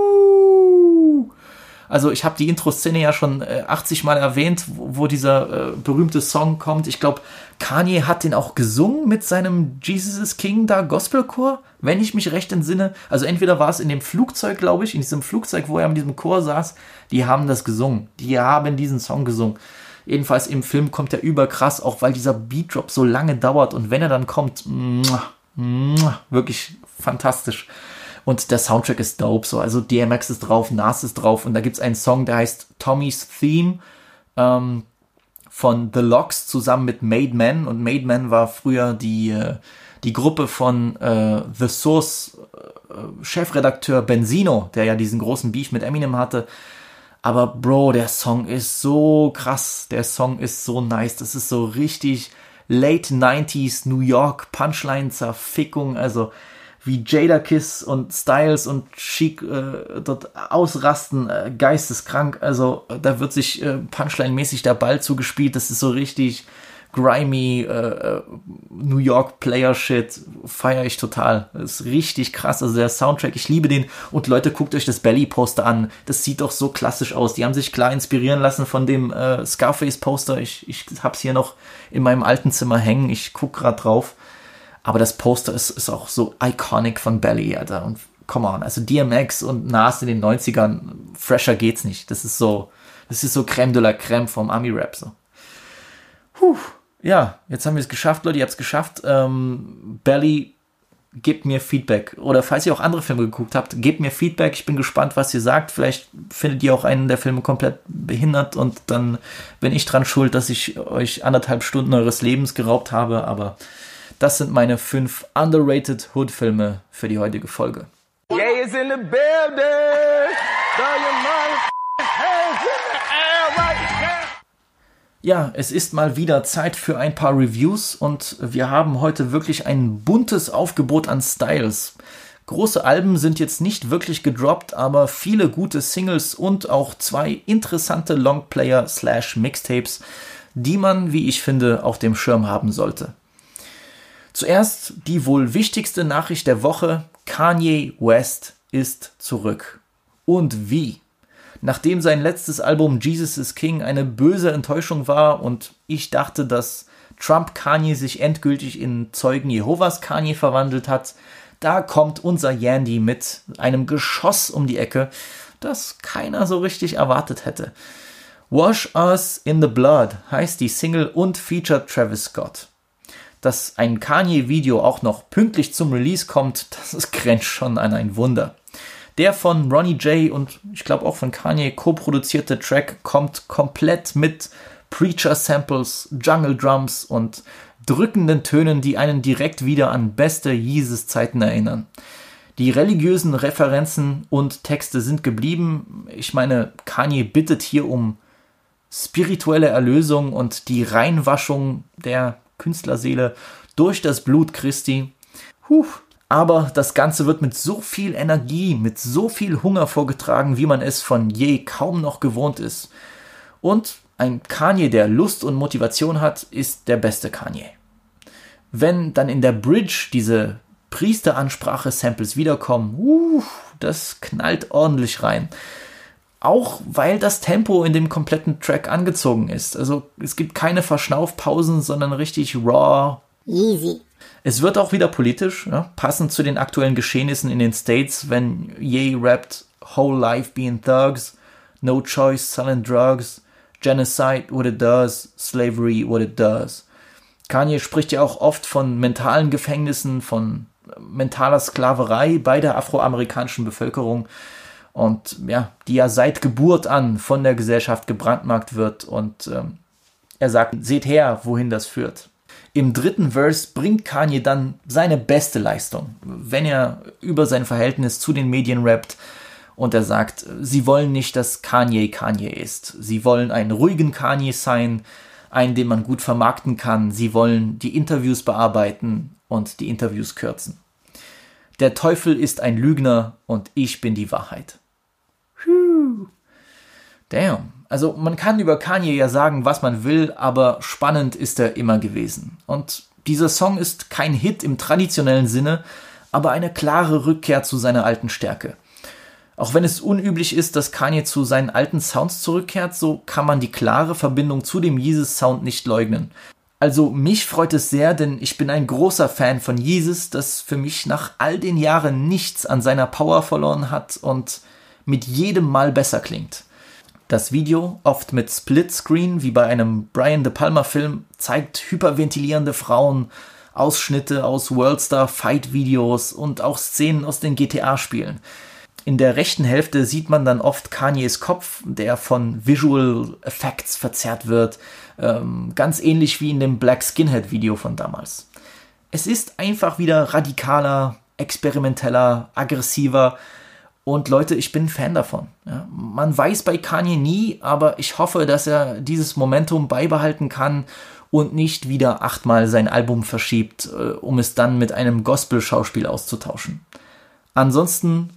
Also ich habe die Intro-Szene ja schon äh, achtzig Mal erwähnt, wo, wo dieser äh, berühmte Song kommt. Ich glaube, Kanye hat den auch gesungen mit seinem Jesus is King da Gospelchor, wenn ich mich recht entsinne. Also entweder war es in dem Flugzeug, glaube ich, in diesem Flugzeug, wo er in diesem Chor saß, die haben das gesungen. Die haben diesen Song gesungen. Jedenfalls im Film kommt er überkrass, auch weil dieser Beat-Drop so lange dauert und wenn er dann kommt, muah, muah, wirklich fantastisch. Und der Soundtrack ist dope, so, also D M X ist drauf, Nas ist drauf und da gibt es einen Song, der heißt Tommy's Theme ähm, von The Lox zusammen mit Made Man und Made Man war früher die, äh, die Gruppe von äh, The Source äh, Chefredakteur Benzino, der ja diesen großen Beef mit Eminem hatte. Aber Bro, der Song ist so krass, der Song ist so nice, das ist so richtig Late nineties New York Punchline-Zerfickung, also wie Jadakiss und Styles und Chic äh, dort ausrasten, äh, geisteskrank, also da wird sich äh, Punchline-mäßig der Ball zugespielt, das ist so richtig grimy äh, New York Player-Shit, feiere ich total, das ist richtig krass, also der Soundtrack, ich liebe den und Leute, guckt euch das Belly-Poster an, das sieht doch so klassisch aus, die haben sich klar inspirieren lassen von dem äh, Scarface-Poster, ich, ich hab's hier noch in meinem alten Zimmer hängen, ich guck grad drauf. Aber das Poster ist, ist auch so iconic von Belly, Alter. Und come on, also D M X und Nas in den neunzigern, fresher geht's nicht. Das ist so, das ist so Crème de la Crème vom Ami-Rap, so. Puh. Ja, jetzt haben wir es geschafft, Leute, ihr habt es geschafft. Ähm, Belly, gebt mir Feedback. Oder falls ihr auch andere Filme geguckt habt, gebt mir Feedback. Ich bin gespannt, was ihr sagt. Vielleicht findet ihr auch einen der Filme komplett behindert und dann bin ich dran schuld, dass ich euch anderthalb Stunden eures Lebens geraubt habe, aber das sind meine fünf underrated Hood-Filme für die heutige Folge. Yeah, is in the building. Throw your motherfucking hands in the air right now. Ja, es ist mal wieder Zeit für ein paar Reviews und wir haben heute wirklich ein buntes Aufgebot an Styles. Große Alben sind jetzt nicht wirklich gedroppt, aber viele gute Singles und auch zwei interessante Longplayer slash Mixtapes, die man, wie ich finde, auf dem Schirm haben sollte. Zuerst die wohl wichtigste Nachricht der Woche: Kanye West ist zurück. Und wie? Nachdem sein letztes Album Jesus is King eine böse Enttäuschung war und ich dachte, dass Trump Kanye sich endgültig in Zeugen Jehovas Kanye verwandelt hat, da kommt unser Yandy mit einem Geschoss um die Ecke, das keiner so richtig erwartet hätte. Wash Us in the Blood heißt die Single und featured Travis Scott. Dass ein Kanye-Video auch noch pünktlich zum Release kommt, das grenzt schon an ein Wunder. Der von Ronnie J. und ich glaube auch von Kanye co-produzierte Track kommt komplett mit Preacher-Samples, Jungle-Drums und drückenden Tönen, die einen direkt wieder an beste Yeezus-Zeiten erinnern. Die religiösen Referenzen und Texte sind geblieben. Ich meine, Kanye bittet hier um spirituelle Erlösung und die Reinwaschung der Künstlerseele durch das Blut Christi. Huh. Aber das Ganze wird mit so viel Energie, mit so viel Hunger vorgetragen, wie man es von je kaum noch gewohnt ist. Und ein Kanye, der Lust und Motivation hat, ist der beste Kanye. Wenn dann in der Bridge diese Priesteransprache-Samples wiederkommen, uh, das knallt ordentlich rein. Auch weil das Tempo in dem kompletten Track angezogen ist. Also es gibt keine Verschnaufpausen, sondern richtig raw. Easy. Es wird auch wieder politisch, ja, passend zu den aktuellen Geschehnissen in den States, wenn Ye rappt Whole Life Being Thugs, No Choice Selling Drugs, Genocide What It Does, Slavery What It Does. Kanye spricht ja auch oft von mentalen Gefängnissen, von mentaler Sklaverei bei der afroamerikanischen Bevölkerung und ja, die ja seit Geburt an von der Gesellschaft gebrandmarkt wird und ähm, er sagt, seht her, wohin das führt. Im dritten Verse bringt Kanye dann seine beste Leistung, wenn er über sein Verhältnis zu den Medien rappt und er sagt, sie wollen nicht, dass Kanye Kanye ist. Sie wollen einen ruhigen Kanye sein, einen, den man gut vermarkten kann. Sie wollen die Interviews bearbeiten und die Interviews kürzen. Der Teufel ist ein Lügner und ich bin die Wahrheit. Puh. Damn. Also man kann über Kanye ja sagen, was man will, aber spannend ist er immer gewesen. Und dieser Song ist kein Hit im traditionellen Sinne, aber eine klare Rückkehr zu seiner alten Stärke. Auch wenn es unüblich ist, dass Kanye zu seinen alten Sounds zurückkehrt, so kann man die klare Verbindung zu dem Yeezus-Sound nicht leugnen. Also mich freut es sehr, denn ich bin ein großer Fan von Yeezus, das für mich nach all den Jahren nichts an seiner Power verloren hat und mit jedem Mal besser klingt. Das Video, oft mit Splitscreen wie bei einem Brian De Palma Film, zeigt hyperventilierende Frauen, Ausschnitte aus Worldstar-Fight-Videos und auch Szenen aus den G T A-Spielen. In der rechten Hälfte sieht man dann oft Kanyes Kopf, der von Visual Effects verzerrt wird, ähm, ganz ähnlich wie in dem Black Skinhead Video von damals. Es ist einfach wieder radikaler, experimenteller, aggressiver und Leute, ich bin ein Fan davon. Ja, man weiß bei Kanye nie, aber ich hoffe, dass er dieses Momentum beibehalten kann und nicht wieder achtmal sein Album verschiebt, äh, um es dann mit einem Gospel-Schauspiel auszutauschen. Ansonsten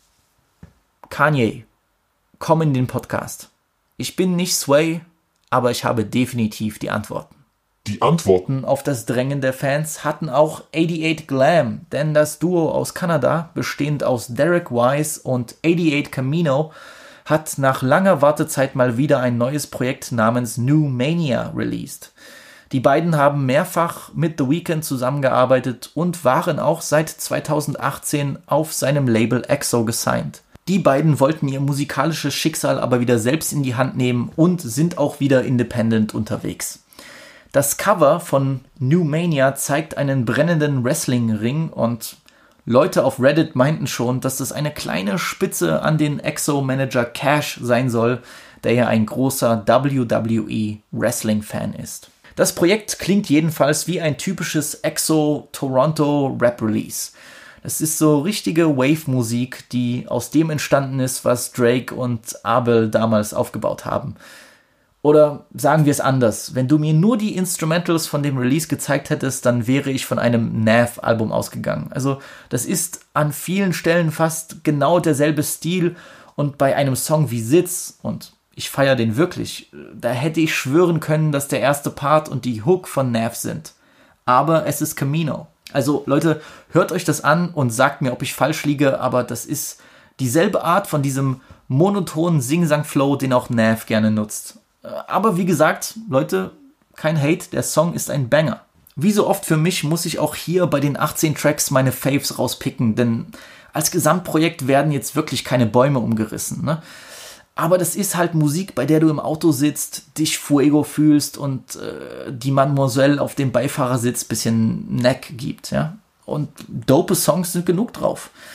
Kanye, komm in den Podcast. Ich bin nicht Sway, aber ich habe definitiv die Antworten. Die Antworten auf das Drängen der Fans hatten auch achtundachtzig Glam, denn das Duo aus Kanada, bestehend aus Derek Wise und achtundachtzig Camino, hat nach langer Wartezeit mal wieder ein neues Projekt namens New Mania released. Die beiden haben mehrfach mit The Weeknd zusammengearbeitet und waren auch seit zweitausendachtzehn auf seinem Label X O gesigned. Die beiden wollten ihr musikalisches Schicksal aber wieder selbst in die Hand nehmen und sind auch wieder independent unterwegs. Das Cover von New Mania zeigt einen brennenden Wrestling-Ring und Leute auf Reddit meinten schon, dass das eine kleine Spitze an den X O-Manager Cash sein soll, der ja ein großer W W E-Wrestling-Fan ist. Das Projekt klingt jedenfalls wie ein typisches X O Toronto Rap-Release. Es ist so richtige Wave-Musik, die aus dem entstanden ist, was Drake und Abel damals aufgebaut haben. Oder sagen wir es anders, wenn du mir nur die Instrumentals von dem Release gezeigt hättest, dann wäre ich von einem Nav-Album ausgegangen. Also das ist an vielen Stellen fast genau derselbe Stil und bei einem Song wie Sitz, und ich feiere den wirklich, da hätte ich schwören können, dass der erste Part und die Hook von Nav sind. Aber es ist Camino. Also Leute, hört euch das an und sagt mir, ob ich falsch liege, aber das ist dieselbe Art von diesem monotonen Sing-Sang-Flow, den auch Nav gerne nutzt. Aber wie gesagt, Leute, kein Hate, der Song ist ein Banger. Wie so oft für mich muss ich auch hier bei den achtzehn Tracks meine Faves rauspicken, denn als Gesamtprojekt werden jetzt wirklich keine Bäume umgerissen, ne? Aber das ist halt Musik, bei der du im Auto sitzt, dich Fuego fühlst und äh, die Mademoiselle auf dem Beifahrersitz bisschen Neck gibt, ja. Und dope Songs sind genug drauf.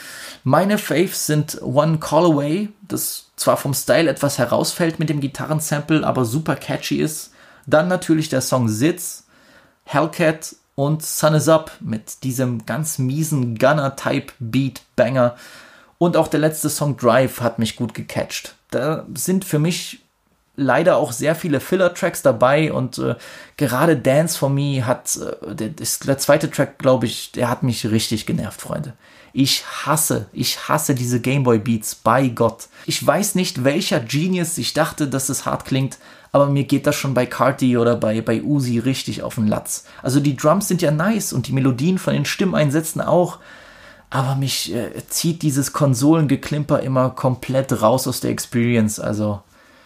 Meine Faves sind One Call Away, das zwar vom Style etwas herausfällt mit dem Gitarrensample, aber super catchy ist. Dann natürlich der Song Sitz, Hellcat und Sun Is Up mit diesem ganz miesen Gunner-Type-Beat-Banger. Und auch der letzte Song Drive hat mich gut gecatcht. Da sind für mich leider auch sehr viele Filler-Tracks dabei und äh, gerade Dance for Me hat, äh, der, der zweite Track, glaube ich, der hat mich richtig genervt, Freunde. Ich hasse, ich hasse diese Gameboy-Beats, bei Gott. Ich weiß nicht, welcher Genius sich dachte, dass es hart klingt, aber mir geht das schon bei Carti oder bei, bei Uzi richtig auf den Latz. Also die Drums sind ja nice und die Melodien von den Stimmeinsätzen auch, aber mich äh, zieht dieses Konsolengeklimper immer komplett raus aus der Experience, also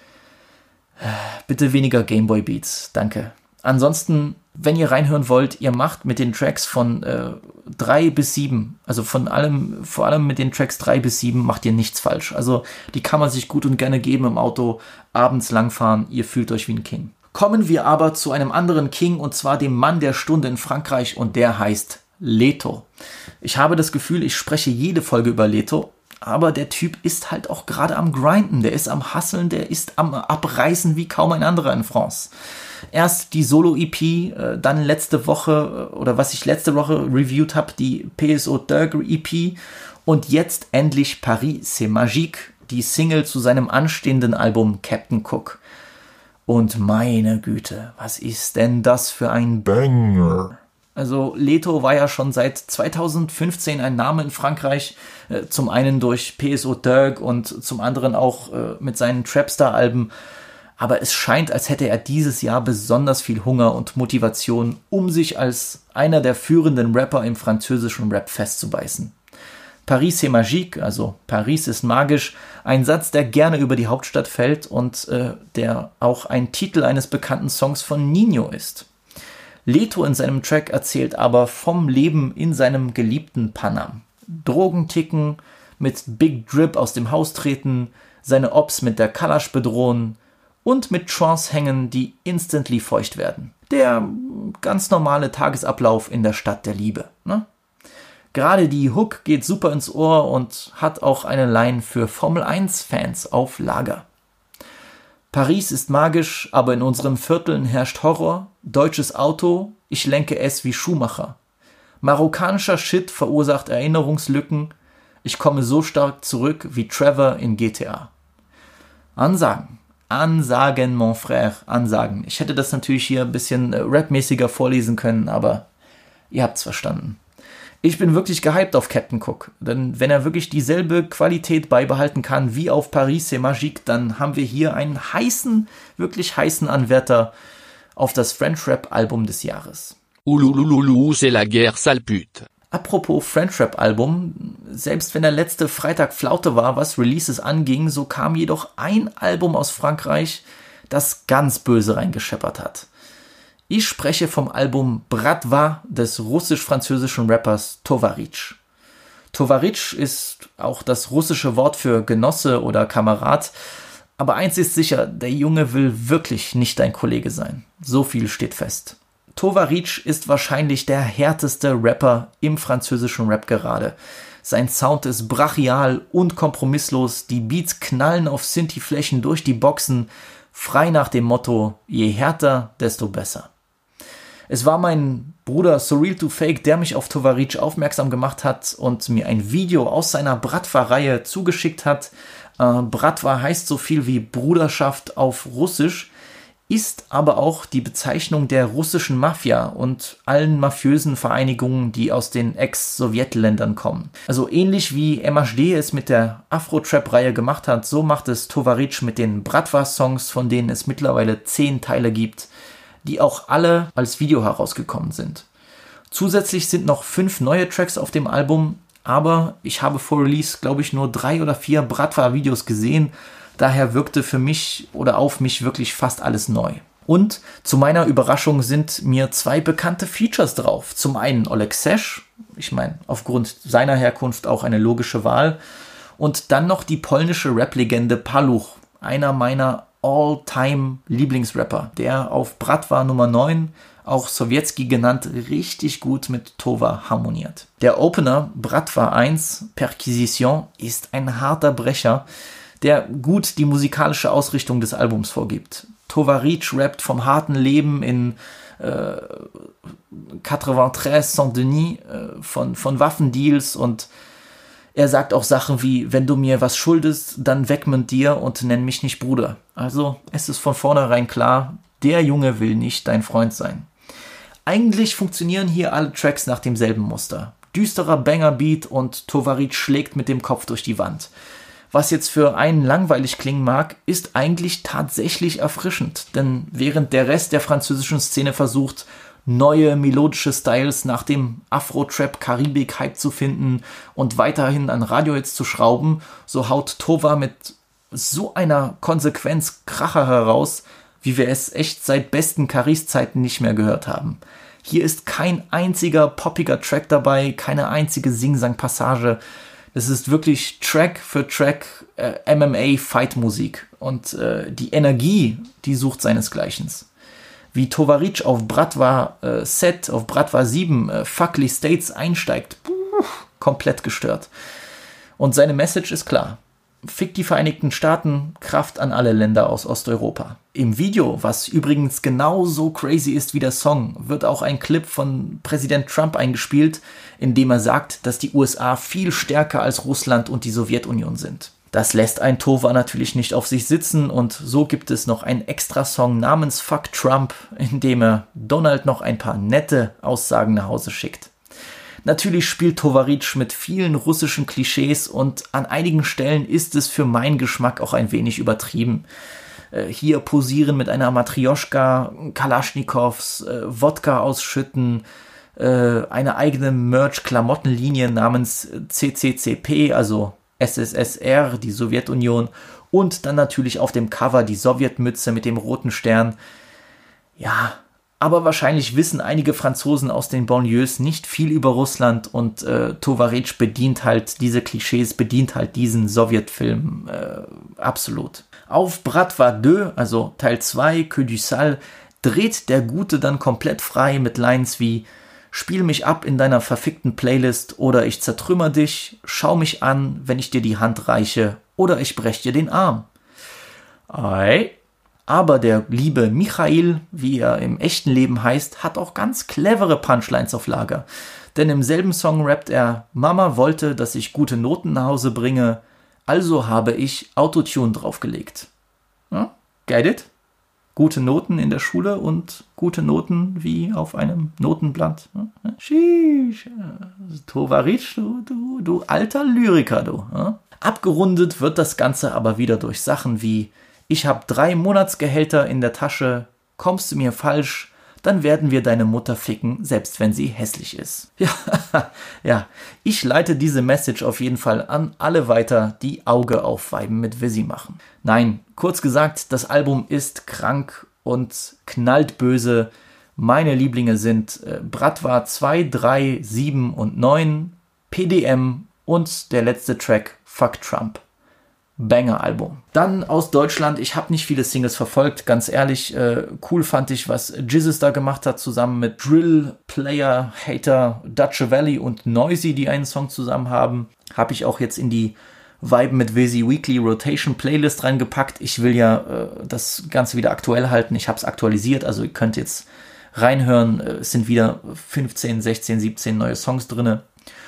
bitte weniger Gameboy-Beats, danke. Ansonsten, wenn ihr reinhören wollt, ihr macht mit den Tracks von äh, drei bis sieben, also von allem, vor allem mit den Tracks drei bis sieben macht ihr nichts falsch. Also die kann man sich gut und gerne geben im Auto, abends langfahren, ihr fühlt euch wie ein King. Kommen wir aber zu einem anderen King und zwar dem Mann der Stunde in Frankreich und der heißt Leto. Ich habe das Gefühl, ich spreche jede Folge über Leto, aber der Typ ist halt auch gerade am Grinden, der ist am Hustlen, der ist am Abreißen wie kaum ein anderer in France. Erst die Solo-E P, äh, dann letzte Woche, oder was ich letzte Woche reviewed habe, die P S O Dirk E P und jetzt endlich Paris, c'est magique, die Single zu seinem anstehenden Album Captain Cook. Und meine Güte, was ist denn das für ein Banger? Also Leto war ja schon seit zweitausendfünfzehn ein Name in Frankreich, äh, zum einen durch P S O Dirk und zum anderen auch äh, mit seinen Trapstar-Alben. Aber es scheint, als hätte er dieses Jahr besonders viel Hunger und Motivation, um sich als einer der führenden Rapper im französischen Rap festzubeißen. Paris c'est magique, also Paris ist magisch, ein Satz, der gerne über die Hauptstadt fällt und äh, der auch ein Titel eines bekannten Songs von Nino ist. Leto in seinem Track erzählt aber vom Leben in seinem geliebten Panam. Drogenticken, mit Big Drip aus dem Haus treten, seine Ops mit der Kalasch bedrohen und mit Trance hängen, die instantly feucht werden. Der ganz normale Tagesablauf in der Stadt der Liebe, ne? Gerade die Hook geht super ins Ohr und hat auch eine Line für Formel eins Fans auf Lager. Paris ist magisch, aber in unseren Vierteln herrscht Horror. Deutsches Auto, ich lenke es wie Schumacher. Marokkanischer Shit verursacht Erinnerungslücken. Ich komme so stark zurück wie Trevor in G T A. Ansagen. Ansagen, mon frère. Ansagen. Ich hätte das natürlich hier ein bisschen rapmäßiger vorlesen können, aber ihr habt's verstanden. Ich bin wirklich gehypt auf Captain Cook, denn wenn er wirklich dieselbe Qualität beibehalten kann wie auf Paris c'est magique, dann haben wir hier einen heißen, wirklich heißen Anwärter auf das French Rap Album des Jahres. Ouloulouloulou, c'est la guerre, sale pute. Apropos French Rap Album, selbst wenn der letzte Freitag Flaute war, was Releases anging, so kam jedoch ein Album aus Frankreich, das ganz böse reingescheppert hat. Ich spreche vom Album Bratva des russisch-französischen Rappers Tovarytch. Tovarytch ist auch das russische Wort für Genosse oder Kamerad, aber eins ist sicher, der Junge will wirklich nicht dein Kollege sein. So viel steht fest. Tovarytch ist wahrscheinlich der härteste Rapper im französischen Rap gerade. Sein Sound ist brachial und kompromisslos, die Beats knallen auf Synthi-Flächen durch die Boxen, frei nach dem Motto, je härter, desto besser. Es war mein Bruder Surreal to Fake, der mich auf Tovarytch aufmerksam gemacht hat und mir ein Video aus seiner Bratva-Reihe zugeschickt hat. Äh, Bratva heißt so viel wie Bruderschaft auf Russisch, ist aber auch die Bezeichnung der russischen Mafia und allen mafiösen Vereinigungen, die aus den Ex-Sowjetländern kommen. Also ähnlich wie M H D es mit der Afro-Trap-Reihe gemacht hat, so macht es Tovarytch mit den Bratva-Songs, von denen es mittlerweile zehn Teile gibt, die auch alle als Video herausgekommen sind. Zusätzlich sind noch fünf neue Tracks auf dem Album, aber ich habe vor Release, glaube ich, nur drei oder vier Bratva-Videos gesehen, daher wirkte für mich oder auf mich wirklich fast alles neu. Und zu meiner Überraschung sind mir zwei bekannte Features drauf. Zum einen Oleg Sesh, ich meine, aufgrund seiner Herkunft auch eine logische Wahl, und dann noch die polnische Rap-Legende Paluch, einer meiner All-Time-Lieblingsrapper, der auf Bratva Nummer neun auch Sowjetski genannt, richtig gut mit Tova harmoniert. Der Opener Bratva eins, Perquisition, ist ein harter Brecher, der gut die musikalische Ausrichtung des Albums vorgibt. Tovaric rappt vom harten Leben in äh, neununddreißig Saint-Denis, äh, von, von Waffendeals, und er sagt auch Sachen wie, wenn du mir was schuldest, dann weg mit dir und nenn mich nicht Bruder. Also es ist von vornherein klar, der Junge will nicht dein Freund sein. Eigentlich funktionieren hier alle Tracks nach demselben Muster. Düsterer Banger-Beat und Tovaric schlägt mit dem Kopf durch die Wand. Was jetzt für einen langweilig klingen mag, ist eigentlich tatsächlich erfrischend, denn während der Rest der französischen Szene versucht, neue melodische Styles nach dem Afro-Trap-Karibik-Hype zu finden und weiterhin an Radiohits zu schrauben, so haut Tova mit so einer Konsequenz Kracher heraus, wie wir es echt seit besten Caris-Zeiten nicht mehr gehört haben. Hier ist kein einziger poppiger Track dabei, keine einzige Sing-Sang-Passage. Es ist wirklich Track für Track äh, M M A-Fight-Musik, und äh, die Energie, die sucht seinesgleichen. Wie Tovaric auf Bratva äh, Set, auf Bratva sieben äh, Fuckly States einsteigt, puh, komplett gestört. Und seine Message ist klar. Fick die Vereinigten Staaten, Kraft an alle Länder aus Osteuropa. Im Video, was übrigens genauso crazy ist wie der Song, wird auch ein Clip von Präsident Trump eingespielt, in dem er sagt, dass die U S A viel stärker als Russland und die Sowjetunion sind. Das lässt ein Tova natürlich nicht auf sich sitzen, und so gibt es noch einen Extra-Song namens Fuck Trump, in dem er Donald noch ein paar nette Aussagen nach Hause schickt. Natürlich spielt Tovaric mit vielen russischen Klischees, und an einigen Stellen ist es für meinen Geschmack auch ein wenig übertrieben. Äh, hier posieren mit einer Matrioschka, Kalaschnikows, äh, Wodka ausschütten, äh, eine eigene Merch-Klamottenlinie namens C C C P, also S S S R, die Sowjetunion, und dann natürlich auf dem Cover die Sowjetmütze mit dem roten Stern. Ja, aber wahrscheinlich wissen einige Franzosen aus den Banlieues nicht viel über Russland, und äh, Tovaric bedient halt diese Klischees, bedient halt diesen Sowjetfilm äh, absolut. Auf Bratva zwei, also Teil zwei, Que du Sale, dreht der Gute dann komplett frei mit Lines wie: Spiel mich ab in deiner verfickten Playlist, oder ich zertrümmer dich, schau mich an, wenn ich dir die Hand reiche, oder ich brech dir den Arm. Ei. Aber der liebe Michail, wie er im echten Leben heißt, hat auch ganz clevere Punchlines auf Lager. Denn im selben Song rappt er: Mama wollte, dass ich gute Noten nach Hause bringe, also habe ich Autotune draufgelegt. Ja, get it? Gute Noten in der Schule und gute Noten wie auf einem Notenblatt. Sheesh. Tovaric, du, du, du alter Lyriker, du. Abgerundet wird das Ganze aber wieder durch Sachen wie: Ich hab drei Monatsgehälter in der Tasche, kommst du mir falsch, dann werden wir deine Mutter ficken, selbst wenn sie hässlich ist. Ja, ja, ich leite diese Message auf jeden Fall an alle weiter, die Auge auf Weiben mit Visi machen. Nein, kurz gesagt, das Album ist krank und knallt böse. Meine Lieblinge sind äh, Bratva zwei, drei, sieben und neun, P D M und der letzte Track Fuck Trump. Banger-Album. Dann aus Deutschland, ich habe nicht viele Singles verfolgt, ganz ehrlich, äh, cool fand ich, was Jizzes da gemacht hat, zusammen mit Drill, Player, Hater, Dutch Valley und Noisy, die einen Song zusammen haben. Habe ich auch jetzt in die Vibe mit Visi Weekly Rotation Playlist reingepackt. Ich will ja äh, das Ganze wieder aktuell halten, ich habe es aktualisiert, also ihr könnt jetzt reinhören, äh, es sind wieder fünfzehn, sechzehn, siebzehn neue Songs drinne.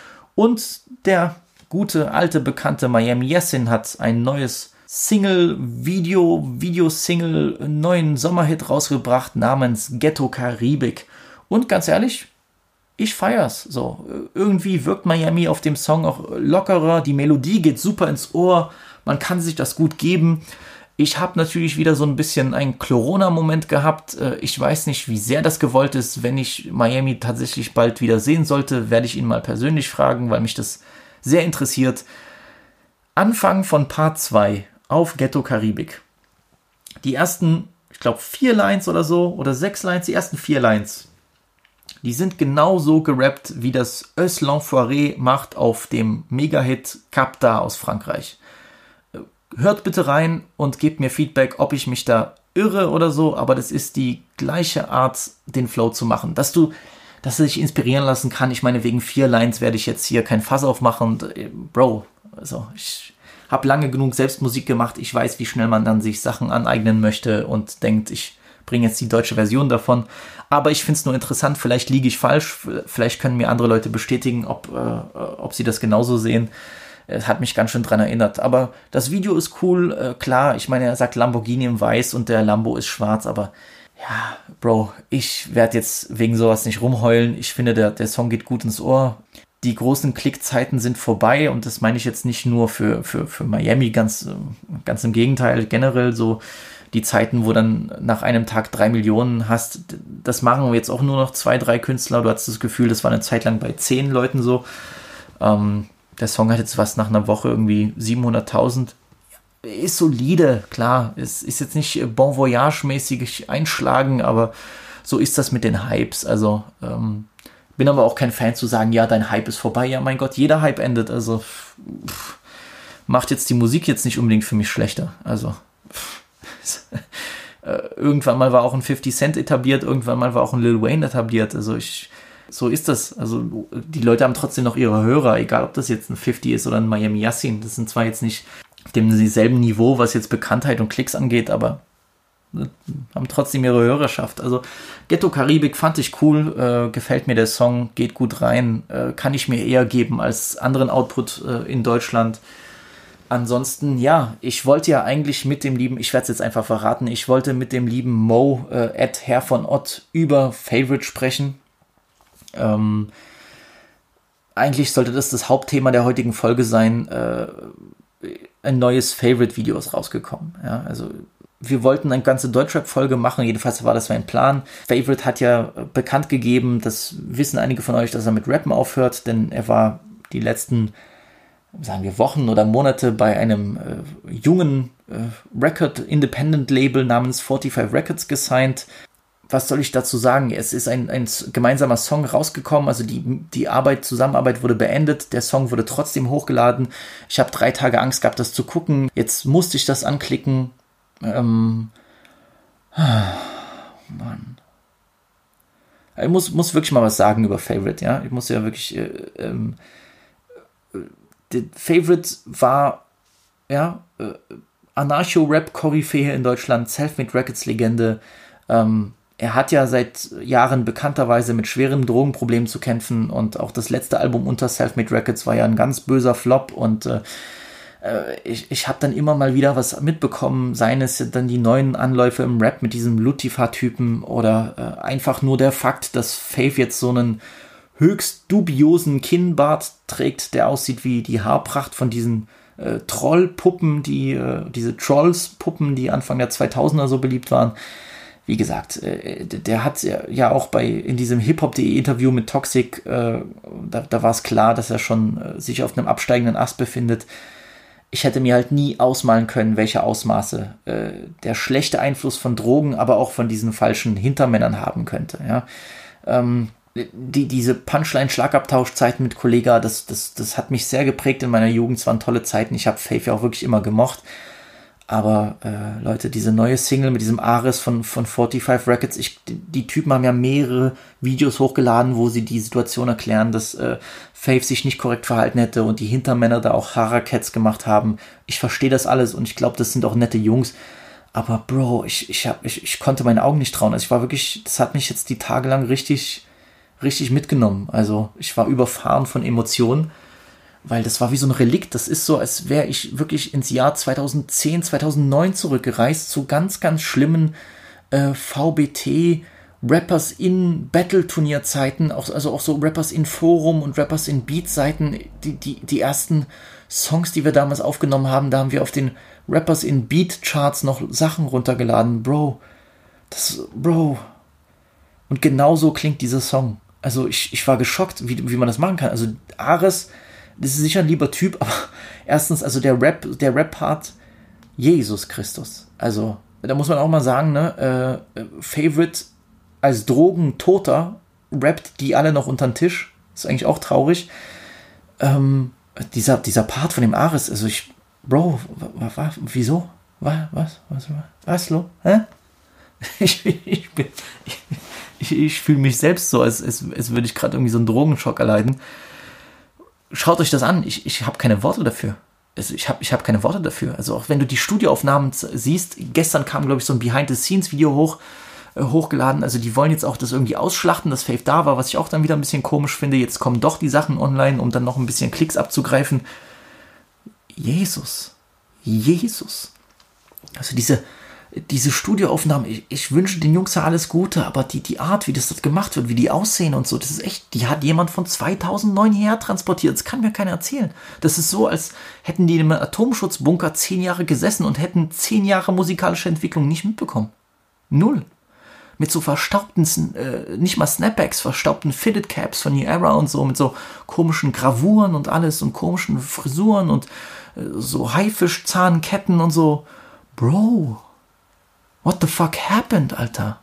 Und der gute, alte, bekannte Miami Yassin hat ein neues Single-Video, Video-Single, neuen Sommerhit rausgebracht namens Ghetto Karibik. Und ganz ehrlich, ich feier's. So, irgendwie wirkt Miami auf dem Song auch lockerer, die Melodie geht super ins Ohr, man kann sich das gut geben. Ich habe natürlich wieder so ein bisschen einen Corona-Moment gehabt. Ich weiß nicht, wie sehr das gewollt ist. Wenn ich Miami tatsächlich bald wieder sehen sollte, werde ich ihn mal persönlich fragen, weil mich das sehr interessiert. Anfang von Part zwei auf Ghetto Karibik. Die ersten, ich glaube, vier Lines oder so, oder sechs Lines, die ersten vier Lines, die sind genauso gerappt, wie das Eus l'Enfoiré macht auf dem Mega-Hit Capta aus Frankreich. Hört bitte rein und gebt mir Feedback, ob ich mich da irre oder so, aber das ist die gleiche Art, den Flow zu machen. Dass du, dass er sich inspirieren lassen kann. Ich meine, wegen vier Lines werde ich jetzt hier kein Fass aufmachen. Und, äh, Bro, also ich habe lange genug selbst Musik gemacht. Ich weiß, wie schnell man dann sich Sachen aneignen möchte und denkt, ich bringe jetzt die deutsche Version davon. Aber ich finde es nur interessant. Vielleicht liege ich falsch. Vielleicht können mir andere Leute bestätigen, ob, äh, ob sie das genauso sehen. Es hat mich ganz schön dran erinnert. Aber das Video ist cool. Äh, klar, ich meine, er sagt Lamborghini in weiß und der Lambo ist schwarz. Aber ja, Bro, ich werde jetzt wegen sowas nicht rumheulen. Ich finde, der, der Song geht gut ins Ohr. Die großen Klickzeiten sind vorbei und das meine ich jetzt nicht nur für, für, für Miami, ganz, ganz im Gegenteil, generell so die Zeiten, wo dann nach einem Tag drei Millionen hast, das machen jetzt auch nur noch zwei, drei Künstler. Du hast das Gefühl, das war eine Zeit lang bei zehn Leuten so. Ähm, der Song hat jetzt was nach einer Woche irgendwie siebenhunderttausend. Ist solide, klar. Es ist jetzt nicht Bon Voyage-mäßig einschlagen, aber so ist das mit den Hypes. Also, ähm, bin aber auch kein Fan zu sagen, ja, dein Hype ist vorbei. Ja, mein Gott, jeder Hype endet. Also, pff, macht jetzt die Musik jetzt nicht unbedingt für mich schlechter. Also, pff, äh, irgendwann mal war auch ein fifty Cent etabliert, irgendwann mal war auch ein Lil Wayne etabliert. Also, ich, so ist das. Also, die Leute haben trotzdem noch ihre Hörer, egal ob das jetzt ein fifty ist oder ein Miami Yassin. Das sind zwar jetzt nicht auf demselben Niveau, was jetzt Bekanntheit und Klicks angeht, aber haben trotzdem ihre Hörerschaft. Also Ghetto Karibik fand ich cool, äh, gefällt mir der Song, geht gut rein, äh, kann ich mir eher geben als anderen Output äh, in Deutschland. Ansonsten, ja, ich wollte ja eigentlich mit dem lieben, ich werde es jetzt einfach verraten, ich wollte mit dem lieben Mo, äh, Ed Herr von Ott, über Favorite sprechen. Ähm, eigentlich sollte das das Hauptthema der heutigen Folge sein. Äh, ein neues Favorite-Video ist rausgekommen. Ja, also wir wollten eine ganze Deutschrap-Folge machen, jedenfalls war das mein Plan. Favorite hat ja bekannt gegeben, das wissen einige von euch, dass er mit Rappen aufhört, denn er war die letzten, sagen wir, Wochen oder Monate bei einem äh, jungen äh, Record-Independent-Label namens forty-five Records gesigned. Was soll ich dazu sagen? Es ist ein, ein gemeinsamer Song rausgekommen, also die, die Arbeit, Zusammenarbeit wurde beendet, der Song wurde trotzdem hochgeladen. Ich habe drei Tage Angst gehabt, das zu gucken. Jetzt musste ich das anklicken. Ähm, oh Mann. Ich muss, muss wirklich mal was sagen über Favorite, ja. Ich muss ja wirklich, äh, ähm, äh, Favorite war, ja, äh, Anarcho-Rap-Koryphäe in Deutschland, Selfmade Records-Legende. Ähm, er hat ja seit Jahren bekannterweise mit schweren Drogenproblemen zu kämpfen und auch das letzte Album unter Selfmade Records war ja ein ganz böser Flop und äh, ich, ich habe dann immer mal wieder was mitbekommen, seien es dann die neuen Anläufe im Rap mit diesem Lucifer-Typen oder äh, einfach nur der Fakt, dass Fav jetzt so einen höchst dubiosen Kinnbart trägt, der aussieht wie die Haarpracht von diesen äh, Trollpuppen, die, äh, diese Trolls-Puppen, die Anfang der zweitausender so beliebt waren. Wie gesagt, äh, der hat ja auch bei in diesem Hip-Hop punkt de Interview mit Toxic, äh, da, da war es klar, dass er schon äh, sich auf einem absteigenden Ast befindet. Ich hätte mir halt nie ausmalen können, welche Ausmaße äh, der schlechte Einfluss von Drogen, aber auch von diesen falschen Hintermännern haben könnte. Ja? Ähm, die, diese Punchline-Schlagabtauschzeiten mit Kollega, das, das, das hat mich sehr geprägt in meiner Jugend. Es waren tolle Zeiten. Ich habe Fav ja auch wirklich immer gemocht. Aber äh, Leute, diese neue Single mit diesem Ares von, von forty-five Records, ich, die, die Typen haben ja mehrere Videos hochgeladen, wo sie die Situation erklären, dass äh, Fav sich nicht korrekt verhalten hätte und die Hintermänner da auch Harakets gemacht haben. Ich verstehe das alles und ich glaube, das sind auch nette Jungs. Aber Bro, ich, ich, hab, ich, ich konnte meinen Augen nicht trauen. Also ich war wirklich, das hat mich jetzt die Tage lang richtig, richtig mitgenommen. Also ich war überfahren von Emotionen. Weil das war wie so ein Relikt. Das ist so, als wäre ich wirklich ins Jahr zweitausendzehn, zweitausendneun zurückgereist zu ganz, ganz schlimmen äh, V B T Rappers in Battle-Turnier-Zeiten, auch, also auch so Rappers in Forum und Rappers in Beat-Seiten. Die, die, die ersten Songs, die wir damals aufgenommen haben, da haben wir auf den Rappers in Beat-Charts noch Sachen runtergeladen. Bro, das, Bro. Und genauso klingt dieser Song. Also ich, ich war geschockt, wie, wie man das machen kann. Also Ares, das ist sicher ein lieber Typ, aber erstens, also der Rap, der Rap-Part, Jesus Christus. Also, da muss man auch mal sagen, ne, äh, Favorite als Drogentoter rappt die alle noch unter den Tisch. Ist eigentlich auch traurig. Ähm, dieser, dieser Part von dem Ares, also ich, Bro, wa, wa, wieso? Was, was, was, was, lo? Hä? Ich, ich, bin, ich, ich fühle mich selbst so, als, als, als würde ich gerade irgendwie so einen Drogenschock erleiden. Schaut euch das an. Ich, ich habe keine Worte dafür. Also ich habe ich hab keine Worte dafür. Also auch wenn du die Studioaufnahmen siehst, gestern kam, glaube ich, so ein Behind-the-Scenes-Video hoch, äh, hochgeladen. Also die wollen jetzt auch das irgendwie ausschlachten, dass Faith da war, was ich auch dann wieder ein bisschen komisch finde. Jetzt kommen doch die Sachen online, um dann noch ein bisschen Klicks abzugreifen. Jesus. Jesus. Also diese... Diese Studioaufnahmen, ich, ich wünsche den Jungs ja alles Gute, aber die, die Art, wie das dort gemacht wird, wie die aussehen und so, das ist echt, die hat jemand von zweitausendneun her transportiert. Das kann mir keiner erzählen. Das ist so, als hätten die in einem Atomschutzbunker zehn Jahre gesessen und hätten zehn Jahre musikalische Entwicklung nicht mitbekommen. Null. Mit so verstaubten, äh, nicht mal Snapbacks, verstaubten Fitted Caps von New Era und so, mit so komischen Gravuren und alles und komischen Frisuren und äh, so Haifischzahnketten und so. Bro. What the fuck happened, Alter?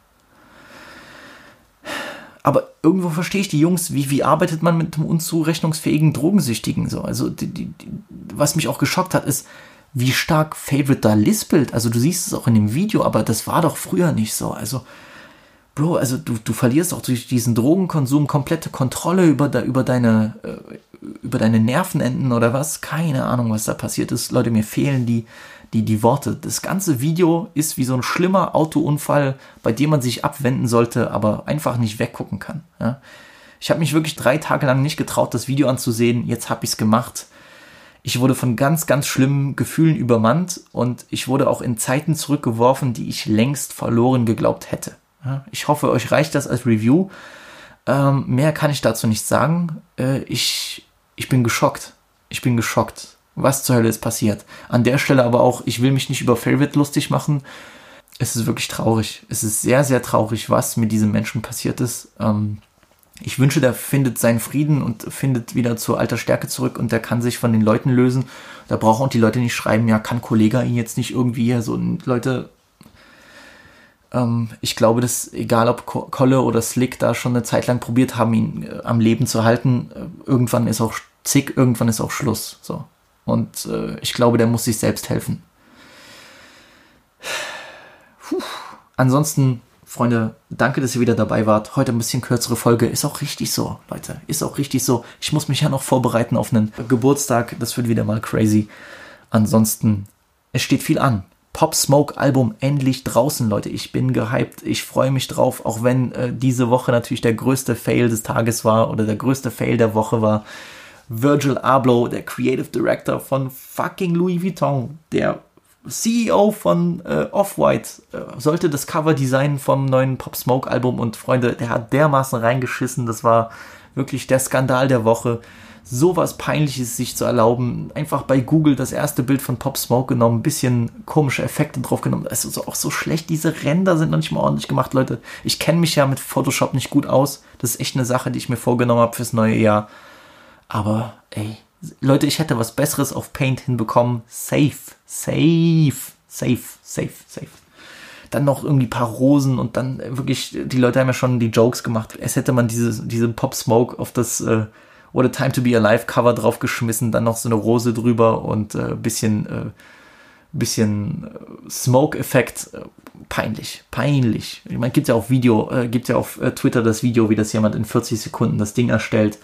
Aber irgendwo verstehe ich die Jungs, wie, wie arbeitet man mit einem unzurechnungsfähigen Drogensüchtigen so? Also, die, die, die, was mich auch geschockt hat, ist, wie stark Favorite da lispelt. Also, du siehst es auch in dem Video, aber das war doch früher nicht so. Also, Bro, also du, du verlierst auch durch diesen Drogenkonsum komplette Kontrolle über, de, über, deine, äh, über deine Nervenenden oder was. Keine Ahnung, was da passiert ist. Leute, mir fehlen die Die, die Worte. Das ganze Video ist wie so ein schlimmer Autounfall, bei dem man sich abwenden sollte, aber einfach nicht weggucken kann. Ja? Ich habe mich wirklich drei Tage lang nicht getraut, das Video anzusehen. Jetzt habe ich es gemacht. Ich wurde von ganz, ganz schlimmen Gefühlen übermannt und ich wurde auch in Zeiten zurückgeworfen, die ich längst verloren geglaubt hätte. Ja? Ich hoffe, euch reicht das als Review. Ähm, mehr kann ich dazu nicht sagen. Äh, ich, ich bin geschockt. Ich bin geschockt. Was zur Hölle ist passiert? An der Stelle aber auch, ich will mich nicht über Favorite lustig machen. Es ist wirklich traurig. Es ist sehr, sehr traurig, was mit diesem Menschen passiert ist. Ähm, ich wünsche, der findet seinen Frieden und findet wieder zur alter Stärke zurück und der kann sich von den Leuten lösen. Da brauchen auch die Leute nicht schreiben, ja, kann Kollege ihn jetzt nicht irgendwie so. Leute, ähm, ich glaube, dass egal ob Kolle oder Slick da schon eine Zeit lang probiert haben, ihn äh, am Leben zu halten, äh, irgendwann ist auch zick, irgendwann ist auch Schluss. So. Und äh, ich glaube, der muss sich selbst helfen. Puh. Ansonsten, Freunde, danke, dass ihr wieder dabei wart. Heute ein bisschen kürzere Folge. Ist auch richtig so, Leute. Ist auch richtig so. Ich muss mich ja noch vorbereiten auf einen Geburtstag. Das wird wieder mal crazy. Ansonsten, es steht viel an. Pop Smoke Album endlich draußen, Leute. Ich bin gehypt. Ich freue mich drauf. Auch wenn äh, diese Woche natürlich der größte Fail des Tages war oder der größte Fail der Woche war. Virgil Abloh, der Creative Director von fucking Louis Vuitton, der C E O von äh, Off-White, äh, sollte das Cover designen vom neuen Pop Smoke Album und Freunde, der hat dermaßen reingeschissen, das war wirklich der Skandal der Woche. Sowas Peinliches sich zu erlauben, einfach bei Google das erste Bild von Pop Smoke genommen, ein bisschen komische Effekte drauf genommen, es ist auch so schlecht, diese Ränder sind noch nicht mal ordentlich gemacht, Leute. Ich kenne mich ja mit Photoshop nicht gut aus, das ist echt eine Sache, die ich mir vorgenommen habe fürs neue Jahr. Aber, ey, Leute, ich hätte was Besseres auf Paint hinbekommen. Safe, safe, safe, safe, safe. Dann noch irgendwie ein paar Rosen und dann wirklich, die Leute haben ja schon die Jokes gemacht. Es hätte man diese, diese Pop Smoke auf das äh, What a Time to Be Alive Cover draufgeschmissen, dann noch so eine Rose drüber und ein äh, bisschen, äh, bisschen äh, Smoke-Effekt. Äh, peinlich, peinlich. Ich meine, gibt ja auf Video, äh, gibt ja auf äh, Twitter das Video, wie das jemand in vierzig Sekunden das Ding erstellt.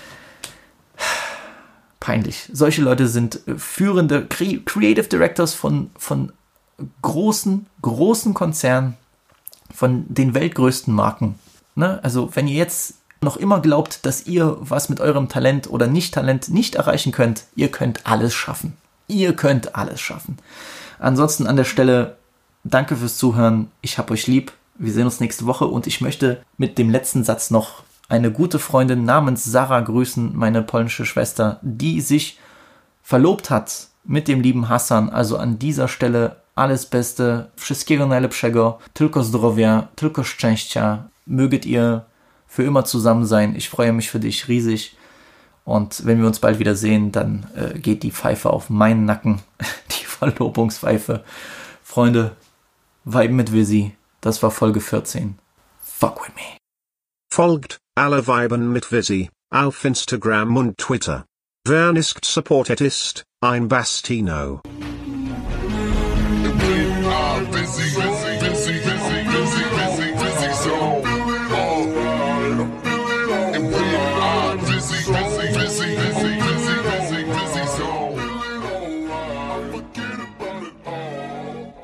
Peinlich. Solche Leute sind führende Creative Directors von, von großen, großen Konzernen, von den weltgrößten Marken. Ne? Also wenn ihr jetzt noch immer glaubt, dass ihr was mit eurem Talent oder Nicht-Talent nicht erreichen könnt, ihr könnt alles schaffen. Ihr könnt alles schaffen. Ansonsten an der Stelle, danke fürs Zuhören. Ich hab euch lieb. Wir sehen uns nächste Woche und ich möchte mit dem letzten Satz noch eine gute Freundin namens Sarah grüßen, meine polnische Schwester, die sich verlobt hat mit dem lieben Hassan. Also an dieser Stelle alles Beste, wszystkiego najlepszego, tylko zdrowia, tylko szczęścia. Möget ihr für immer zusammen sein. Ich freue mich für dich riesig. Und wenn wir uns bald wieder sehen, dann äh, geht die Pfeife auf meinen Nacken. Die Verlobungspfeife. Freunde, Vibe mit Visi. Das war Folge vierzehn. Fuck with me. Folgt alle Viben mit Visi auf Instagram und Twitter. Wer nicht supportet ist ein Bastino. Busy, busy, busy, busy, busy.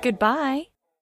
Goodbye.